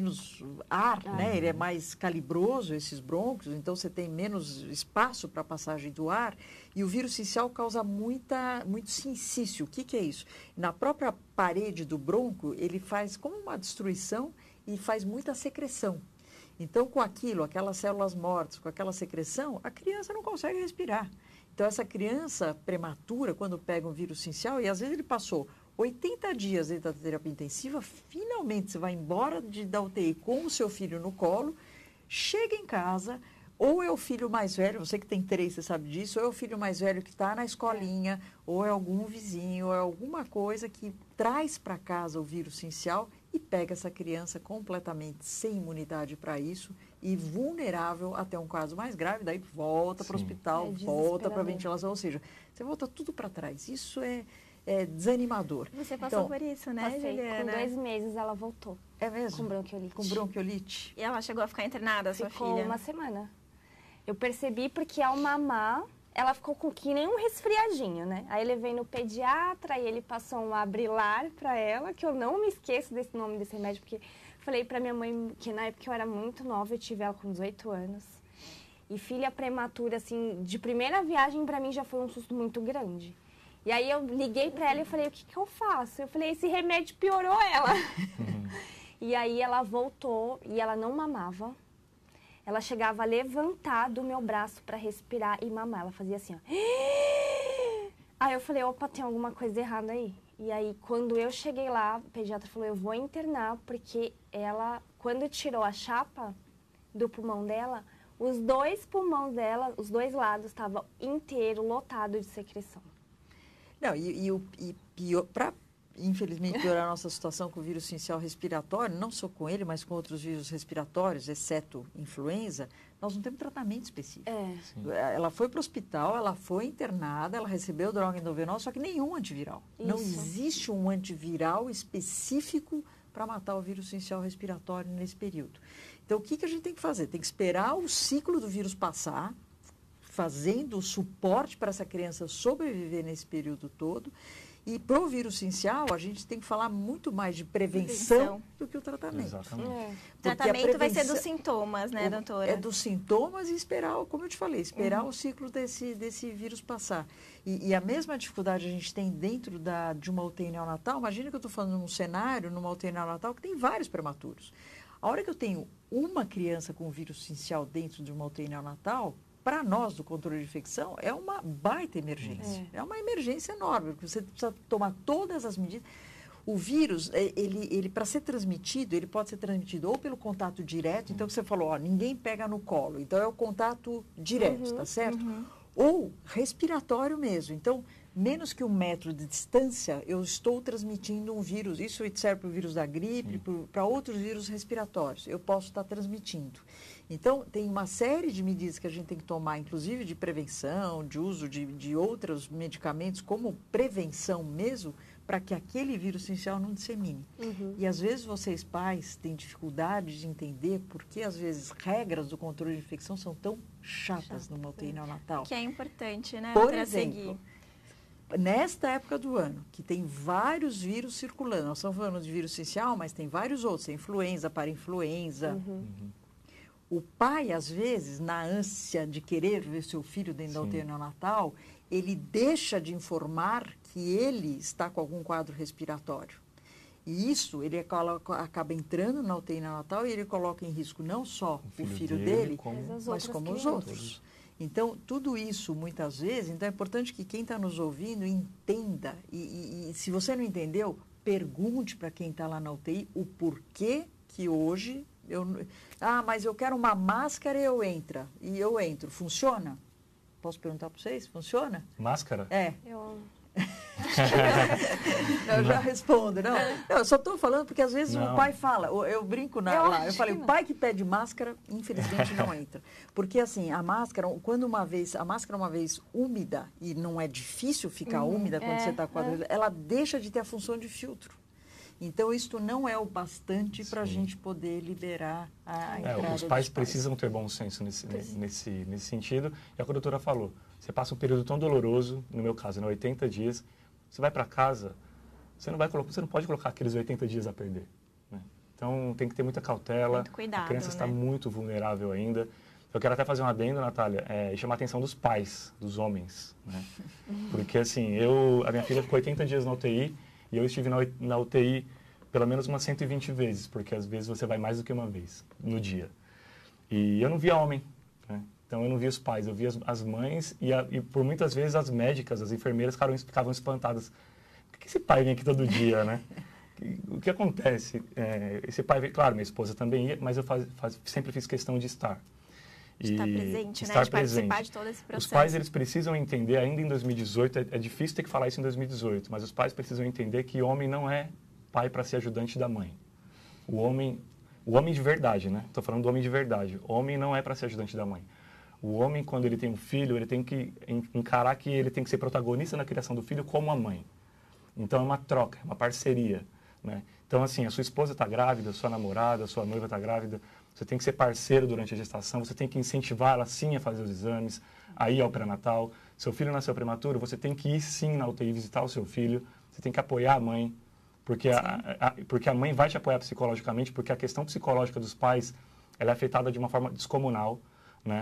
ar, né? Ele é mais calibroso, esses brônquios, então você tem menos espaço para a passagem do ar. E o vírus sincicial causa muito sincício. O que é isso? Na própria parede do brônquio, ele faz como uma destruição e faz muita secreção. Então, com aquelas células mortas, com aquela secreção, a criança não consegue respirar. Então, essa criança prematura, quando pega um vírus sincicial, e às vezes ele passou 80 dias dentro da terapia intensiva, finalmente você vai embora da UTI com o seu filho no colo, chega em casa, ou é o filho mais velho, você que tem 3, você sabe disso, ou é o filho mais velho que está na escolinha, ou é algum vizinho, ou é alguma coisa que traz para casa o vírus sincicial e pega essa criança completamente sem imunidade para isso e vulnerável até um caso mais grave, daí volta para o hospital, volta para a ventilação, ou seja, você volta tudo para trás. Isso é desanimador. Você passou por isso, né, Juliana? Com 2 meses ela voltou. É mesmo? Com bronquiolite. Com bronquiolite. E ela chegou a ficar internada, sua filha? Ficou 1 semana. Eu percebi porque ao mamar, ela ficou com que nem um resfriadinho, né? Aí eu levei no pediatra e ele passou um Abrilar para ela, que eu não me esqueço desse nome desse remédio, porque falei para minha mãe que na época eu era muito nova, eu tive ela com 18 anos. E filha prematura, assim, de primeira viagem para mim já foi um susto muito grande. E aí eu liguei pra ela e falei, o que eu faço? Eu falei, esse remédio piorou ela. E aí ela voltou e ela não mamava. Ela chegava a levantar do meu braço pra respirar e mamar. Ela fazia assim, ó. Aí eu falei, opa, tem alguma coisa errada aí. E aí, quando eu cheguei lá, o pediatra falou, eu vou internar, porque ela, quando tirou a chapa do pulmão dela, os 2 pulmões dela, os 2 lados, estavam inteiro, lotado de secreção. Não, para infelizmente piorar a nossa situação com o vírus sincial respiratório, não só com ele, mas com outros vírus respiratórios, exceto influenza, nós não temos tratamento específico. Ela foi para o hospital, ela foi internada, ela recebeu droga endovenosa, só que nenhum antiviral. Isso. Não existe um antiviral específico para matar o vírus sincial respiratório nesse período. Então, o que a gente tem que fazer? Tem que esperar o ciclo do vírus passar, fazendo o suporte para essa criança sobreviver nesse período todo. E para o vírus sincial, a gente tem que falar muito mais de prevenção do que o tratamento. Exatamente. O tratamento vai ser dos sintomas, né, doutora? É dos sintomas e esperar, como eu te falei, esperar o ciclo desse vírus passar. E a mesma dificuldade a gente tem dentro de uma UTI neonatal. Imagina que eu estou falando num cenário, numa UTI neonatal, que tem vários prematuros. A hora que eu tenho uma criança com vírus sincial dentro de uma UTI neonatal, para nós, do controle de infecção, é uma baita emergência. É uma emergência enorme, porque você precisa tomar todas as medidas. O vírus, ele para ser transmitido, ele pode ser transmitido ou pelo contato direto, então você falou, ó, ninguém pega no colo, então é o contato direto, tá certo? Ou respiratório mesmo. Então, menos que 1 metro de distância, eu estou transmitindo um vírus. Isso serve para o vírus da gripe, para outros vírus respiratórios. Eu posso estar transmitindo. Então, tem uma série de medidas que a gente tem que tomar, inclusive de prevenção, de uso de outros medicamentos, como prevenção mesmo, para que aquele vírus sincial não dissemine. E, às vezes, vocês, pais, têm dificuldade de entender porque, às vezes, regras do controle de infecção são tão chatas numa UTI neonatal. Que é importante, né? Por exemplo, nesta época do ano, que tem vários vírus circulando, nós estamos falando de vírus sincial, mas tem vários outros, tem influenza, parainfluenza. O pai, às vezes, na ânsia de querer ver seu filho dentro da UTI neonatal, ele deixa de informar que ele está com algum quadro respiratório. E isso, ele acaba entrando na UTI neonatal e ele coloca em risco não só o filho dele, mas como os outros. Então, tudo isso, muitas vezes, então é importante que quem está nos ouvindo entenda. E se você não entendeu, pergunte para quem está lá na UTI o porquê que hoje... mas eu quero uma máscara e eu entro. Funciona? Posso perguntar para vocês? Funciona? Máscara? Eu já respondo. Não, eu só estou falando porque às vezes o pai fala, eu brinco lá, eu falei, o pai que pede máscara, infelizmente não entra. Porque assim, a máscara, a máscara uma vez úmida, e não é difícil ficar úmida quando você está com a ela deixa de ter a função de filtro. Então, isto não é o bastante para a gente poder liberar a entrada os pais precisam ter bom senso nesse sentido. E a doutora falou, você passa um período tão doloroso, no meu caso, 80 dias, você vai para casa, você não pode colocar aqueles 80 dias a perder. Né? Então, tem que ter muita cautela. Muito cuidado, a criança está muito vulnerável ainda. Eu quero até fazer um adendo, Natália, e chamar a atenção dos pais, dos homens. Né? Porque, assim, a minha filha ficou 80 dias na UTI, e eu estive na UTI pelo menos umas 120 vezes, porque às vezes você vai mais do que uma vez no dia. E eu não via homem, né? Então eu não via os pais, eu via as mães e por muitas vezes as médicas, as enfermeiras ficavam espantadas. Por que esse pai vem aqui todo dia, né? O que acontece? Esse pai veio, claro, minha esposa também ia, mas eu sempre fiz questão de estar. Estar presente, né? De participar de todo esse processo. Os pais, eles precisam entender, ainda em 2018, é difícil ter que falar isso em 2018, mas os pais precisam entender que homem não é pai para ser ajudante da mãe. O homem de verdade, né? Estou falando do homem de verdade. O homem não é para ser ajudante da mãe. O homem, quando ele tem um filho, ele tem que encarar que ele tem que ser protagonista na criação do filho como a mãe. Então, é uma troca, é uma parceria, né? Então, assim, a sua esposa está grávida, a sua namorada, a sua noiva está grávida, você tem que ser parceiro durante a gestação, você tem que incentivar ela sim a fazer os exames, a ir ao pré-natal. Seu filho nasceu prematuro, você tem que ir sim na UTI visitar o seu filho, você tem que apoiar a mãe, porque a mãe vai te apoiar psicologicamente, porque a questão psicológica dos pais ela é afetada de uma forma descomunal, né?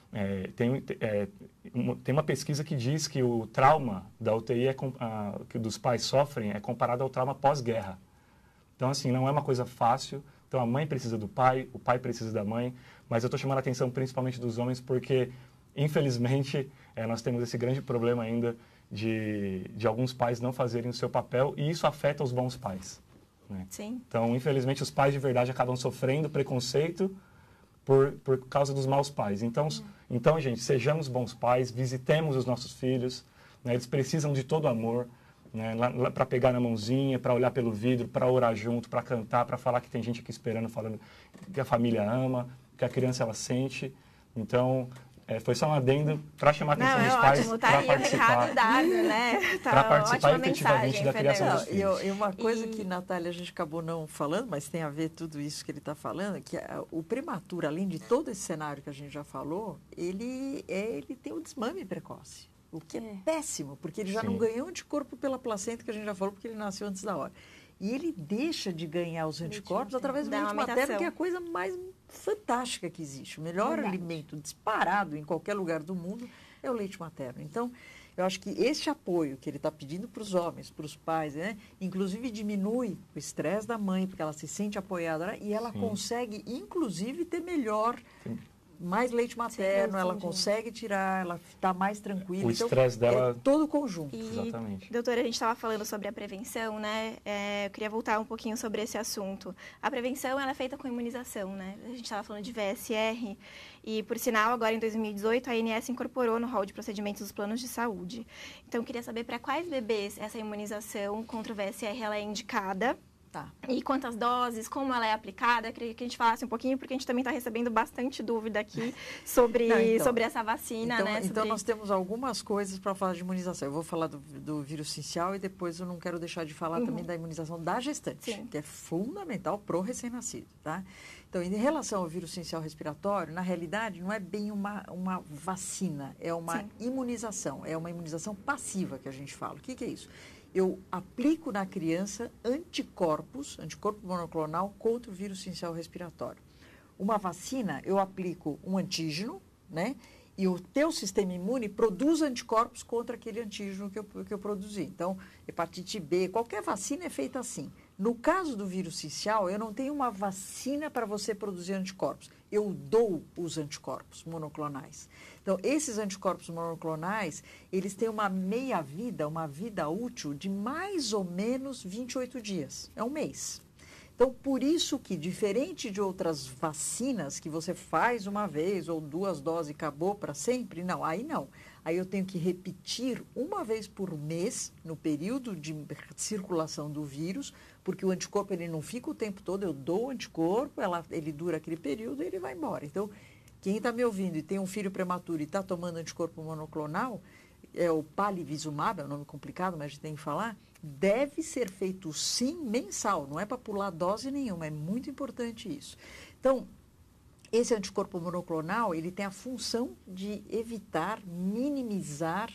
Tem uma pesquisa que diz que o trauma da UTI que dos pais sofrem é comparado ao trauma pós-guerra. Então, assim, não é uma coisa fácil. Então, a mãe precisa do pai, o pai precisa da mãe. Mas eu estou chamando a atenção principalmente dos homens porque, infelizmente, nós temos esse grande problema ainda de alguns pais não fazerem o seu papel e isso afeta os bons pais, né? Sim. Então, infelizmente, os pais de verdade acabam sofrendo preconceito por causa dos maus pais. Então, gente, sejamos bons pais, visitemos os nossos filhos, né? Eles precisam de todo amor, né? Para pegar na mãozinha, para olhar pelo vidro, para orar junto, para cantar, para falar que tem gente aqui esperando, falando que a família ama, que a criança ela sente. Então, foi só um adendo para chamar a atenção dos pais para participar. Para participar efetivamente da criação dos filhos. E uma coisa que, Natália, a gente acabou não falando, mas tem a ver tudo isso que ele está falando, que o prematuro, além de todo esse cenário que a gente já falou, ele tem o desmame precoce. O que é péssimo, porque ele já não ganhou anticorpo pela placenta, que a gente já falou, porque ele nasceu antes da hora. E ele deixa de ganhar os anticorpos através do leite materno, que é a coisa mais fantástica que existe. O melhor alimento disparado em qualquer lugar do mundo é o leite materno. Então, eu acho que esse apoio que ele está pedindo para os homens, para os pais, né, inclusive diminui o estresse da mãe, porque ela se sente apoiada, né, e ela consegue, inclusive, ter mais leite materno, ela consegue tirar, ela está mais tranquila. O estresse dela... todo o conjunto. Exatamente. Doutora, a gente estava falando sobre a prevenção, né? Eu queria voltar um pouquinho sobre esse assunto. A prevenção, ela é feita com imunização, né? A gente estava falando de VSR e, por sinal, agora em 2018, a ANS incorporou no rol de procedimentos dos planos de saúde. Então, eu queria saber para quais bebês essa imunização contra o VSR ela é indicada. Tá. E quantas doses, como ela é aplicada, queria que a gente falasse um pouquinho, porque a gente também está recebendo bastante dúvida aqui sobre essa vacina. Então, né? Então, nós temos algumas coisas para falar de imunização. Eu vou falar do vírus sincial e depois eu não quero deixar de falar também da imunização da gestante, que é fundamental para o recém-nascido, tá? Então, em relação ao vírus sincial respiratório, na realidade, não é bem uma vacina, é uma imunização, é uma imunização passiva que a gente fala. O que é isso? Eu aplico na criança anticorpo monoclonal contra o vírus sincial respiratório. Uma vacina, eu aplico um antígeno, né? E o teu sistema imune produz anticorpos contra aquele antígeno que eu produzi. Então, hepatite B, qualquer vacina é feita assim. No caso do vírus sincial, eu não tenho uma vacina para você produzir anticorpos. Eu dou os anticorpos monoclonais. Então, esses anticorpos monoclonais, eles têm uma meia-vida, uma vida útil de mais ou menos 28 dias. É um mês. Então, por isso que, diferente de outras vacinas que você faz uma vez ou 2 doses e acabou para sempre, não, aí não. Aí eu tenho que repetir uma vez por mês, no período de circulação do vírus, porque o anticorpo ele não fica o tempo todo, eu dou o anticorpo, ele dura aquele período e ele vai embora. Então, quem está me ouvindo e tem um filho prematuro e está tomando anticorpo monoclonal, é o palivizumab, é um nome complicado, mas a gente tem que falar, deve ser feito sim mensal, não é para pular dose nenhuma, é muito importante isso. Então, esse anticorpo monoclonal, ele tem a função de evitar, minimizar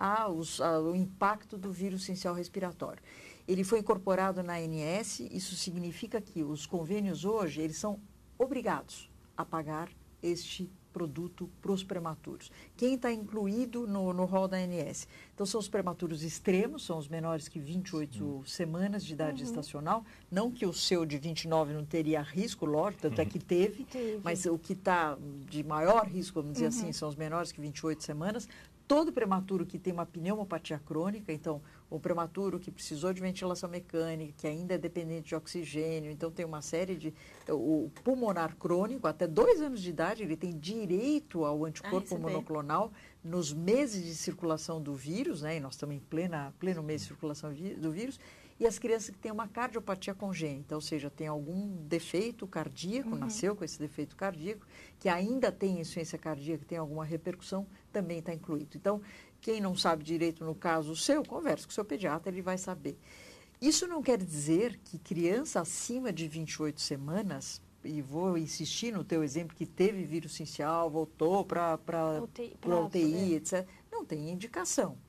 o impacto do vírus sincial respiratório. Ele foi incorporado na ANS, isso significa que os convênios hoje, eles são obrigados a pagar este produto para os prematuros. Quem está incluído no rol da ANS? Então, são os prematuros extremos, são os menores que 28 semanas de idade gestacional. Não que o seu de 29 não teria risco, lógico, tanto é que teve, mas o que está de maior risco, vamos dizer assim, são os menores que 28 semanas. Todo prematuro que tem uma pneumopatia crônica, então, o prematuro que precisou de ventilação mecânica, que ainda é dependente de oxigênio, então tem uma série de... O pulmonar crônico, até 2 anos de idade, ele tem direito ao anticorpo monoclonal nos meses de circulação do vírus, né? E nós estamos em pleno mês de circulação do vírus. E as crianças que têm uma cardiopatia congênita, ou seja, tem algum defeito cardíaco, nasceu com esse defeito cardíaco, que ainda tem insuficiência cardíaca, tem alguma repercussão, também está incluído. Então, quem não sabe direito no caso seu, converse com o seu pediatra, ele vai saber. Isso não quer dizer que criança acima de 28 semanas, e vou insistir no teu exemplo que teve vírus sincial, voltou para UTI, etc., não tem indicação.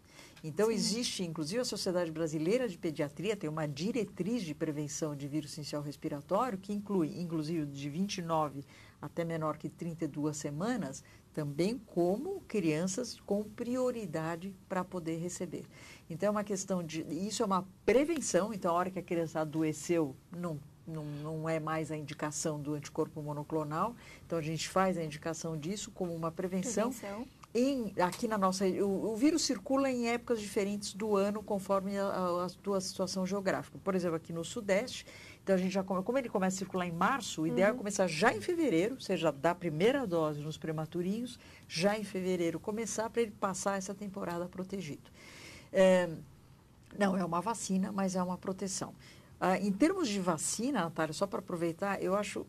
Então, existe, inclusive, a Sociedade Brasileira de Pediatria tem uma diretriz de prevenção de vírus sincicial respiratório que inclui, inclusive, de 29 até menor que 32 semanas, também como crianças com prioridade para poder receber. Então, é uma questão de... Isso é uma prevenção, então, a hora que a criança adoeceu, não é mais a indicação do anticorpo monoclonal. Então, a gente faz a indicação disso como uma prevenção. Aqui na nossa... O vírus circula em épocas diferentes do ano, conforme a tua situação geográfica. Por exemplo, aqui no Sudeste, então a gente já como ele começa a circular em março, o ideal é começar já em fevereiro, ou seja, dar a primeira dose nos prematurinhos, já em fevereiro começar para ele passar essa temporada protegido. Não é uma vacina, mas é uma proteção. Em termos de vacina, Natália, só para aproveitar, eu acho...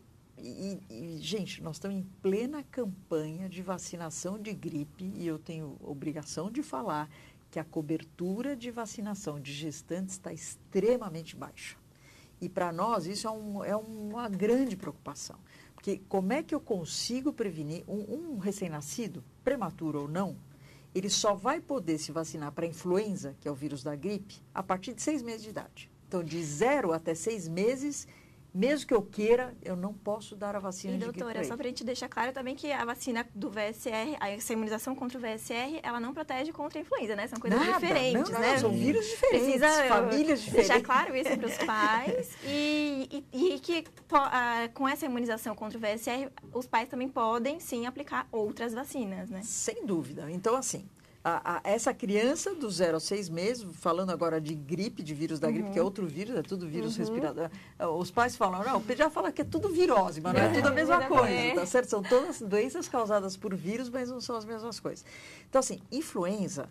gente, nós estamos em plena campanha de vacinação de gripe e eu tenho obrigação de falar que a cobertura de vacinação de gestantes está extremamente baixa. E para nós isso é uma grande preocupação. Porque como é que eu consigo prevenir um recém-nascido, prematuro ou não, ele só vai poder se vacinar para a influenza, que é o vírus da gripe, a partir de 6 meses de idade. Então, de 0 até 6 meses... Mesmo que eu queira, eu não posso dar a vacina de gripe. E, doutora, só para a gente deixar claro também que a vacina do VSR, essa imunização contra o VSR, ela não protege contra a influenza, né? São coisas diferentes, né? São vírus diferentes, famílias diferentes. Deixar claro isso para os pais e que com essa imunização contra o VSR, os pais também podem, sim, aplicar outras vacinas, né? Sem dúvida. Então, assim... essa criança do 0 a 6 meses, falando agora de gripe, de vírus da gripe, que é outro vírus, é tudo vírus respirador. Os pais falam, não, o pediatra fala que é tudo virose, mas não é tudo a mesma coisa, tá certo? São todas doenças causadas por vírus, mas não são as mesmas coisas. Então, assim, influenza,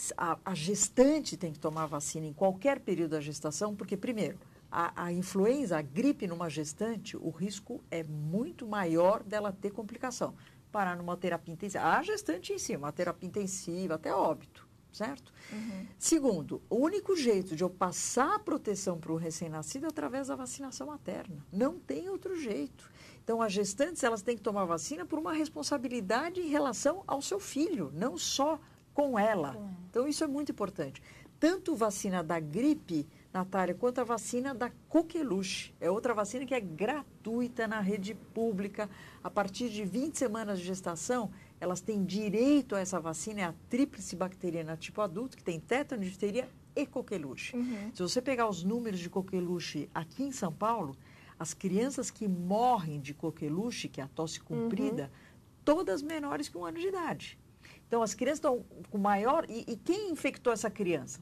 a gestante tem que tomar vacina em qualquer período da gestação, porque, primeiro, a influenza, a gripe numa gestante, o risco é muito maior dela ter complicação. Parar numa terapia intensiva. A gestante em si, uma terapia intensiva, até óbito, certo? Segundo, o único jeito de eu passar a proteção para o recém-nascido é através da vacinação materna. Não tem outro jeito. Então, as gestantes, elas têm que tomar vacina por uma responsabilidade em relação ao seu filho, não só com ela. Então, isso é muito importante. Tanto vacina da gripe, Natália, quanto a vacina da coqueluche. É outra vacina que é gratuita na rede pública. A partir de 20 semanas de gestação, elas têm direito a essa vacina, é a tríplice bacteriana tipo adulto, que tem tétano, difteria e coqueluche. Se você pegar os números de coqueluche aqui em São Paulo, as crianças que morrem de coqueluche, que é a tosse comprida, todas menores que 1 ano de idade. Então, as crianças estão com maior... E quem infectou essa criança?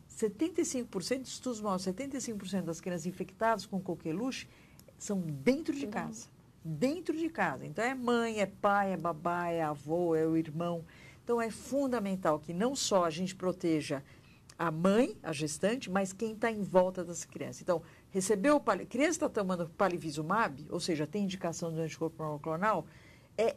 75%, estudos mostram, 75% das crianças infectadas com coqueluche são dentro de casa. Dentro de casa. Então, é mãe, é pai, é babá, é avô, é o irmão. Então, é fundamental que não só a gente proteja a mãe, a gestante, mas quem está em volta dessa criança. Então, recebeu a criança está tomando palivizumab, ou seja, tem indicação do anticorpo monoclonal, é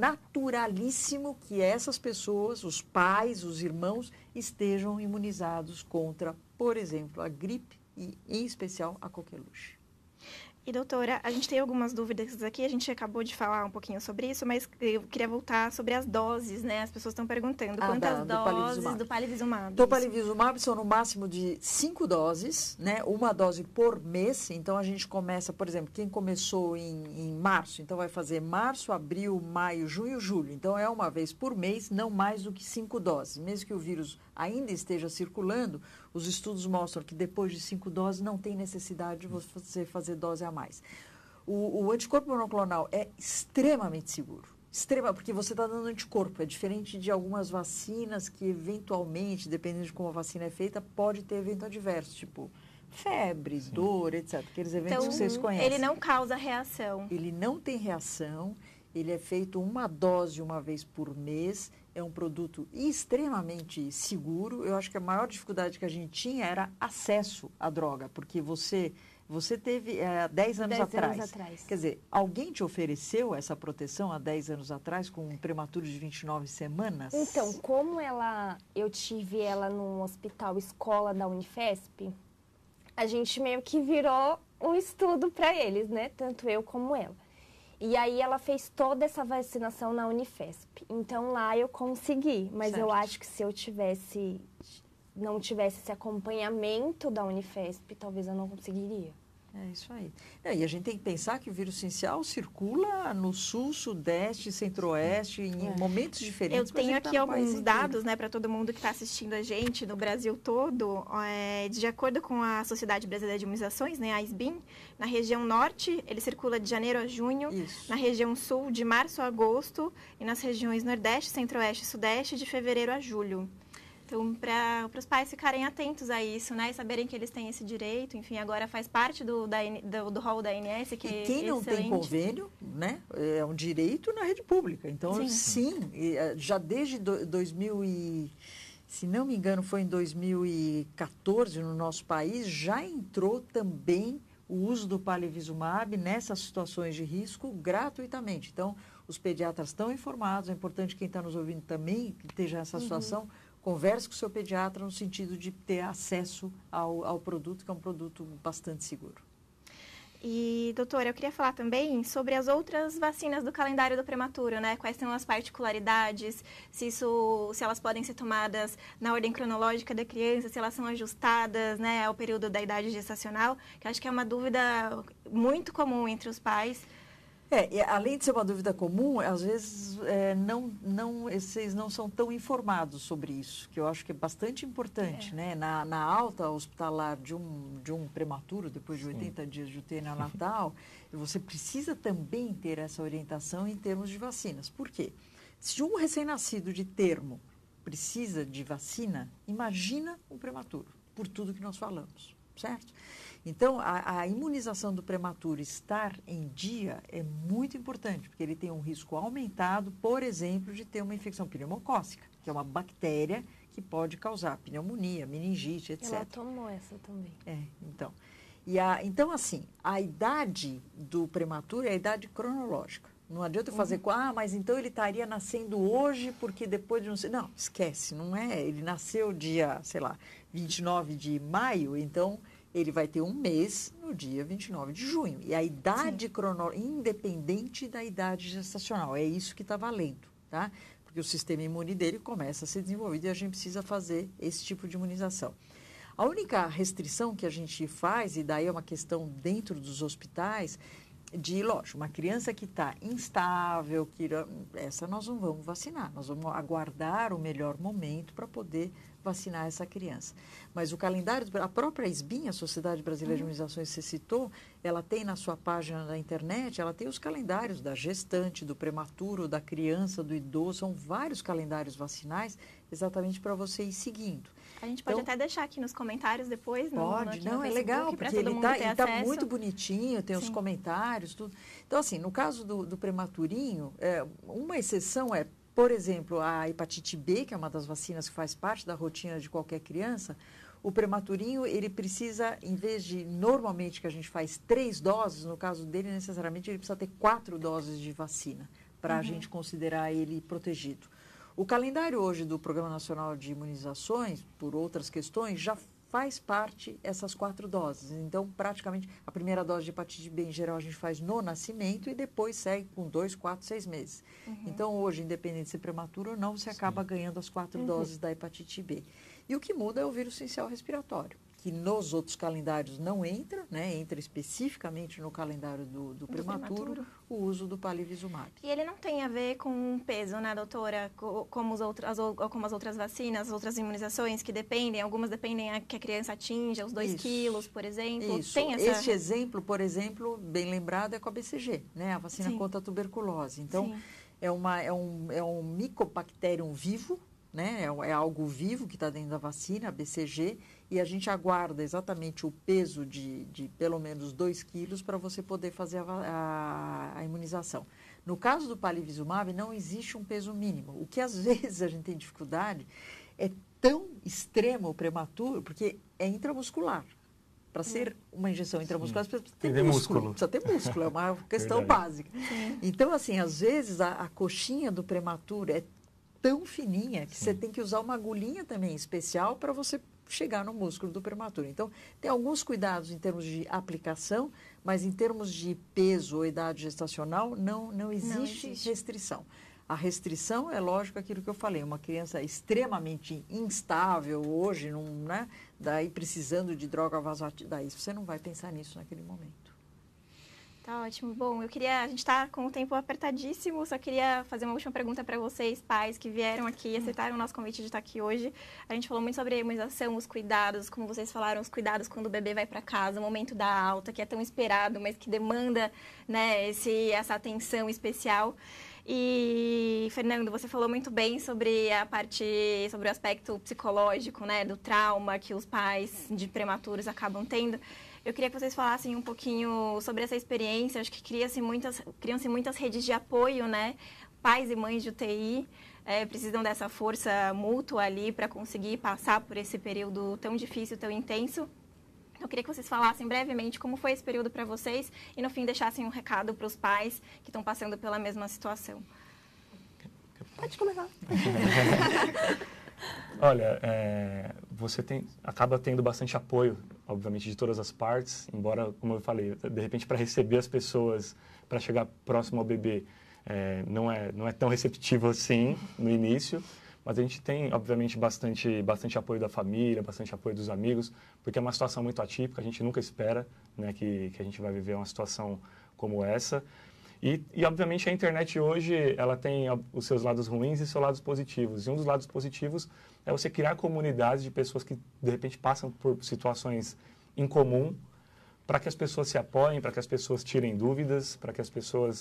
naturalíssimo que essas pessoas, os pais, os irmãos, estejam imunizados contra, por exemplo, a gripe e, em especial, a coqueluche. E, doutora, a gente tem algumas dúvidas aqui, a gente acabou de falar um pouquinho sobre isso, mas eu queria voltar sobre as doses, né? As pessoas estão perguntando quantas doses do palivizumab. Do palivizumab são no máximo de 5 doses, né? 1 dose por mês. Então, a gente começa, por exemplo, quem começou em março, então vai fazer março, abril, maio, junho, julho. Então, é uma vez por mês, não mais do que 5 doses. Mesmo que o vírus ainda esteja circulando, os estudos mostram que depois de 5 doses não tem necessidade de você fazer dose a mais. O anticorpo monoclonal é extremamente seguro, porque você está dando anticorpo. É diferente de algumas vacinas que, eventualmente, dependendo de como a vacina é feita, pode ter evento adverso, tipo febre, dor, etc. Aqueles eventos que vocês conhecem. Ele não causa reação. Ele não tem reação, ele é feito 1 dose uma vez por mês, é um produto extremamente seguro. Eu acho que a maior dificuldade que a gente tinha era acesso à droga, porque você teve 10 anos atrás. Quer dizer, alguém te ofereceu essa proteção há 10 anos atrás com um prematuro de 29 semanas? Então, como eu tive ela num hospital escola da Unifesp, a gente meio que virou um estudo para eles, né? Tanto eu como ela. E aí ela fez toda essa vacinação na Unifesp. Então lá eu consegui, mas eu acho que se eu tivesse não tivesse esse acompanhamento da Unifesp, talvez eu não conseguiria. É isso aí. E a gente tem que pensar que o vírus sincial circula no sul, sudeste, centro-oeste, em momentos diferentes. Eu tenho aqui alguns dados, né, para todo mundo que está assistindo a gente no Brasil todo. De acordo com a Sociedade Brasileira de Imunizações, né, a SBIM, na região norte ele circula de janeiro a junho, na região sul de março a agosto e nas regiões nordeste, centro-oeste e sudeste de fevereiro a julho. Então, para os pais ficarem atentos a isso, né? E saberem que eles têm esse direito. Enfim, agora faz parte do rol da ANS, que é excelente. E quem não tem convênio, né? É um direito na rede pública. Então, sim já desde 2000 se não me engano, foi em 2014 no nosso país, já entrou também o uso do Palivizumab nessas situações de risco gratuitamente. Então, os pediatras estão informados. É importante quem está nos ouvindo também que esteja nessa situação. Converse com o seu pediatra no sentido de ter acesso ao produto, que é um produto bastante seguro. E, doutora, eu queria falar também sobre as outras vacinas do calendário do prematuro, né? Quais são as particularidades, se elas podem ser tomadas na ordem cronológica da criança, se elas são ajustadas, né, ao período da idade gestacional, que acho que é uma dúvida muito comum entre os pais. Além de ser uma dúvida comum, às vezes vocês não são tão informados sobre isso, que eu acho que é bastante importante, né? Na alta hospitalar de um prematuro, depois de 80 dias de UTI neonatal, você precisa também ter essa orientação em termos de vacinas. Por quê? Se um recém-nascido de termo precisa de vacina, imagina um prematuro, por tudo que nós falamos, certo? Então, a imunização do prematuro estar em dia é muito importante, porque ele tem um risco aumentado, por exemplo, de ter uma infecção pneumocócica, que é uma bactéria que pode causar pneumonia, meningite, etc. Ela tomou essa também. Então. Então, assim, a idade do prematuro é a idade cronológica. Não adianta eu fazer mas então ele estaria nascendo hoje porque depois de não sei... Não, esquece, não é. Ele nasceu dia, 29 de maio, então... ele vai ter um mês no dia 29 de junho. E a idade cronológica, independente da idade gestacional, é isso que está valendo, tá? Porque o sistema imune dele começa a ser desenvolvido e a gente precisa fazer esse tipo de imunização. A única restrição que a gente faz, e daí é uma questão dentro dos hospitais, lógico, uma criança que está instável, essa nós não vamos vacinar, nós vamos aguardar o melhor momento para poder vacinar essa criança. Mas o calendário, a própria SBIM, a Sociedade Brasileira de Imunizações, que você citou, ela tem na sua página da internet, ela tem os calendários da gestante, do prematuro, da criança, do idoso, são vários calendários vacinais exatamente para você ir seguindo. A gente pode até deixar aqui nos comentários depois. Pode, é legal, porque ele está muito bonitinho, tem os comentários, tudo. Então, assim, no caso do prematurinho, uma exceção por exemplo, a hepatite B, que é uma das vacinas que faz parte da rotina de qualquer criança, o prematurinho, ele precisa, em vez de, normalmente, que a gente faz 3 doses, no caso dele, necessariamente, ele precisa ter 4 doses de vacina, para a gente considerar ele protegido. O calendário hoje do Programa Nacional de Imunizações, por outras questões, já faz parte essas 4 doses. Então, praticamente, a primeira dose de hepatite B, em geral, a gente faz no nascimento e depois segue com 2, 4, 6 meses. Então, hoje, independente de ser prematuro ou não, você acaba ganhando as 4 doses da hepatite B. E o que muda é o vírus sincial respiratório, que nos outros calendários não entra, né? Entra especificamente no calendário do prematuro, o uso do Palivizumab. E ele não tem a ver com peso, né, doutora? Como as outras vacinas, as outras imunizações que dependem, algumas dependem que a criança atinja os 2 quilos, por exemplo. Isso. Este exemplo, por exemplo, bem lembrado, é com a BCG, né? A vacina contra a tuberculose. Então, é um micobacterium vivo, né? É algo vivo que está dentro da vacina, a BCG, e a gente aguarda exatamente o peso de pelo menos 2 quilos para você poder fazer a imunização. No caso do Palivizumab, não existe um peso mínimo. O que às vezes a gente tem dificuldade é tão extremo o prematuro, porque é intramuscular. Para ser uma injeção intramuscular, você precisa ter músculo. Precisa ter músculo, é uma questão básica. Então, assim, às vezes a coxinha do prematuro é tão fininha que você tem que usar uma agulhinha também especial para você chegar no músculo do prematuro. Então, tem alguns cuidados em termos de aplicação, mas em termos de peso ou idade gestacional, não existe restrição. A restrição é lógico aquilo que eu falei, uma criança extremamente instável hoje, né, daí precisando de droga vasoativa, daí você não vai pensar nisso naquele momento. Tá ótimo. Bom, a gente está com o tempo apertadíssimo, só queria fazer uma última pergunta para vocês, pais que vieram aqui e aceitaram o nosso convite de estar aqui hoje. A gente falou muito sobre a imunização, os cuidados, como vocês falaram, os cuidados quando o bebê vai para casa, o momento da alta, que é tão esperado, mas que demanda, né, essa atenção especial. E, Fernando, você falou muito bem sobre sobre o aspecto psicológico, né, do trauma que os pais de prematuros acabam tendo. Eu queria que vocês falassem um pouquinho sobre essa experiência. Acho que criam-se muitas redes de apoio, né? Pais e mães de UTI precisam dessa força mútua ali para conseguir passar por esse período tão difícil, tão intenso. Eu queria que vocês falassem brevemente como foi esse período para vocês e, no fim, deixassem um recado para os pais que estão passando pela mesma situação. Pode começar. Olha, você acaba tendo bastante apoio, obviamente, de todas as partes, embora, como eu falei, de repente, para receber as pessoas, para chegar próximo ao bebê, não é tão receptivo assim no início, mas a gente tem, obviamente, bastante apoio da família, bastante apoio dos amigos, porque é uma situação muito atípica, a gente nunca espera, né, que a gente vai viver uma situação como essa. E, obviamente, a internet hoje, ela tem os seus lados ruins e seus lados positivos. E um dos lados positivos é você criar comunidades de pessoas que, de repente, passam por situações em comum, para que as pessoas se apoiem, para que as pessoas tirem dúvidas, para que as pessoas,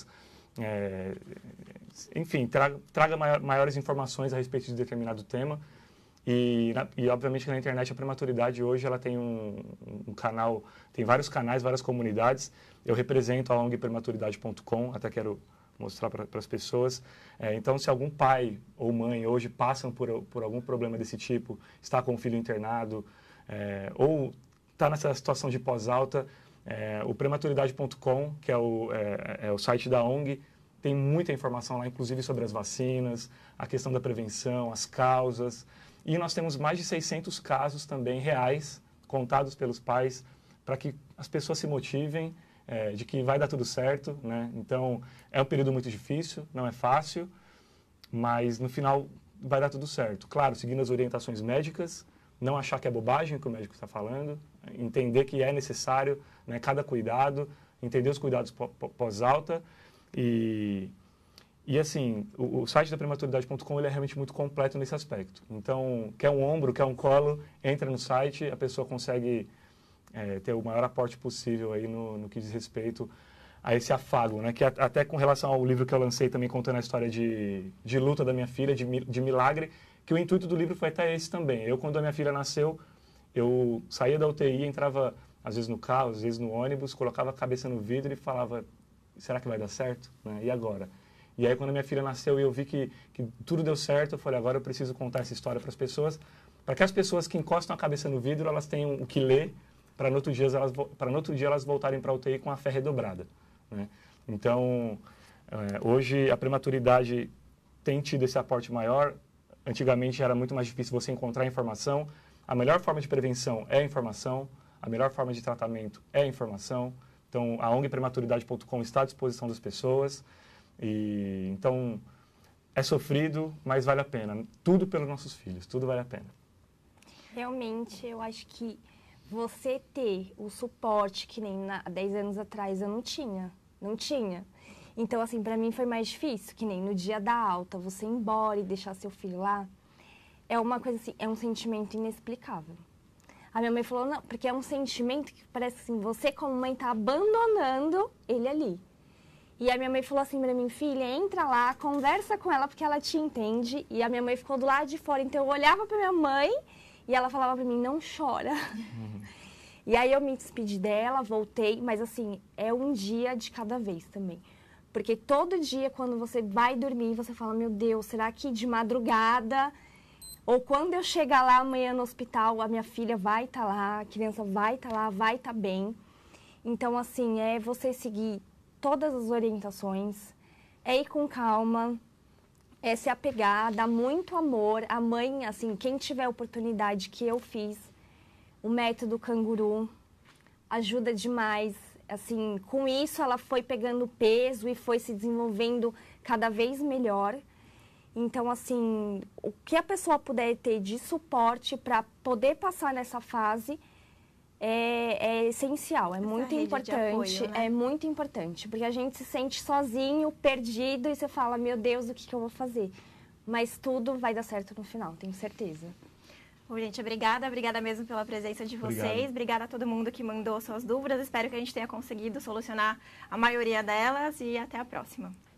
enfim, traga maiores informações a respeito de determinado tema. E, obviamente, na internet, a prematuridade hoje ela tem um canal, tem vários canais, várias comunidades. Eu represento a ONG prematuridade.com, até quero mostrar para as pessoas. Então, se algum pai ou mãe hoje passam por algum problema desse tipo, está com o filho internado, ou está nessa situação de pós-alta, o prematuridade.com, que é o site da ONG, tem muita informação lá, inclusive sobre as vacinas, a questão da prevenção, as causas. E nós temos mais de 600 casos também reais, contados pelos pais, para que as pessoas se motivem de que vai dar tudo certo, né? Então, é um período muito difícil, não é fácil, mas no final vai dar tudo certo. Claro, seguindo as orientações médicas, não achar que é bobagem o que o médico está falando, entender que é necessário, né, cada cuidado, entender os cuidados pós-alta E assim, o site da prematuridade.com ele é realmente muito completo nesse aspecto. Então, quer um ombro, quer um colo, entra no site, a pessoa consegue ter o maior aporte possível aí no que diz respeito a esse afago, né? Que até com relação ao livro que eu lancei também contando a história de luta da minha filha, de milagre, que o intuito do livro foi até esse também. Eu, quando a minha filha nasceu, eu saía da UTI, entrava às vezes no carro, às vezes no ônibus, colocava a cabeça no vidro e falava, será que vai dar certo? Né? E agora? E aí, quando a minha filha nasceu e eu vi que tudo deu certo, eu falei, agora eu preciso contar essa história para as pessoas, para que as pessoas que encostam a cabeça no vidro, elas tenham o que ler, para no outro dia elas voltarem para a UTI com a fé redobrada. Né? Então, hoje a prematuridade tem tido esse aporte maior. Antigamente era muito mais difícil você encontrar informação. A melhor forma de prevenção é a informação, a melhor forma de tratamento é a informação. Então, a ONG prematuridade.com está à disposição das pessoas. E então é sofrido, mas vale a pena. Tudo pelos nossos filhos, tudo vale a pena. Realmente, eu acho que você ter o suporte que nem 10 anos atrás eu não tinha. Então, assim, pra mim foi mais difícil, que nem no dia da alta, você ir embora e deixar seu filho lá. É uma coisa assim, é um sentimento inexplicável. A minha mãe falou, não, porque é um sentimento que parece assim, você como mãe tá abandonando ele ali. E a minha mãe falou assim pra mim, filha, entra lá, conversa com ela porque ela te entende. E a minha mãe ficou do lado de fora, então eu olhava pra minha mãe e ela falava pra mim, não chora. Uhum. E aí eu me despedi dela, voltei, mas assim, é um dia de cada vez também. Porque todo dia quando você vai dormir, você fala, meu Deus, será que de madrugada, ou quando eu chegar lá amanhã no hospital, a minha filha vai estar lá, a criança vai estar lá, vai estar bem. Então assim, é você seguir todas as orientações, é ir com calma, é se apegar, dar muito amor. A mãe, assim, quem tiver a oportunidade que eu fiz, o método canguru ajuda demais. Assim, com isso ela foi pegando peso e foi se desenvolvendo cada vez melhor. Então, assim, o que a pessoa puder ter de suporte para poder passar nessa fase é essencial, é muito importante, apoio, né? É muito importante, porque a gente se sente sozinho, perdido, e você fala, meu Deus, o que eu vou fazer? Mas tudo vai dar certo no final, tenho certeza. Bom, gente, obrigada mesmo pela presença de vocês. Obrigado. Obrigada a todo mundo que mandou suas dúvidas. Espero que a gente tenha conseguido solucionar a maioria delas e até a próxima.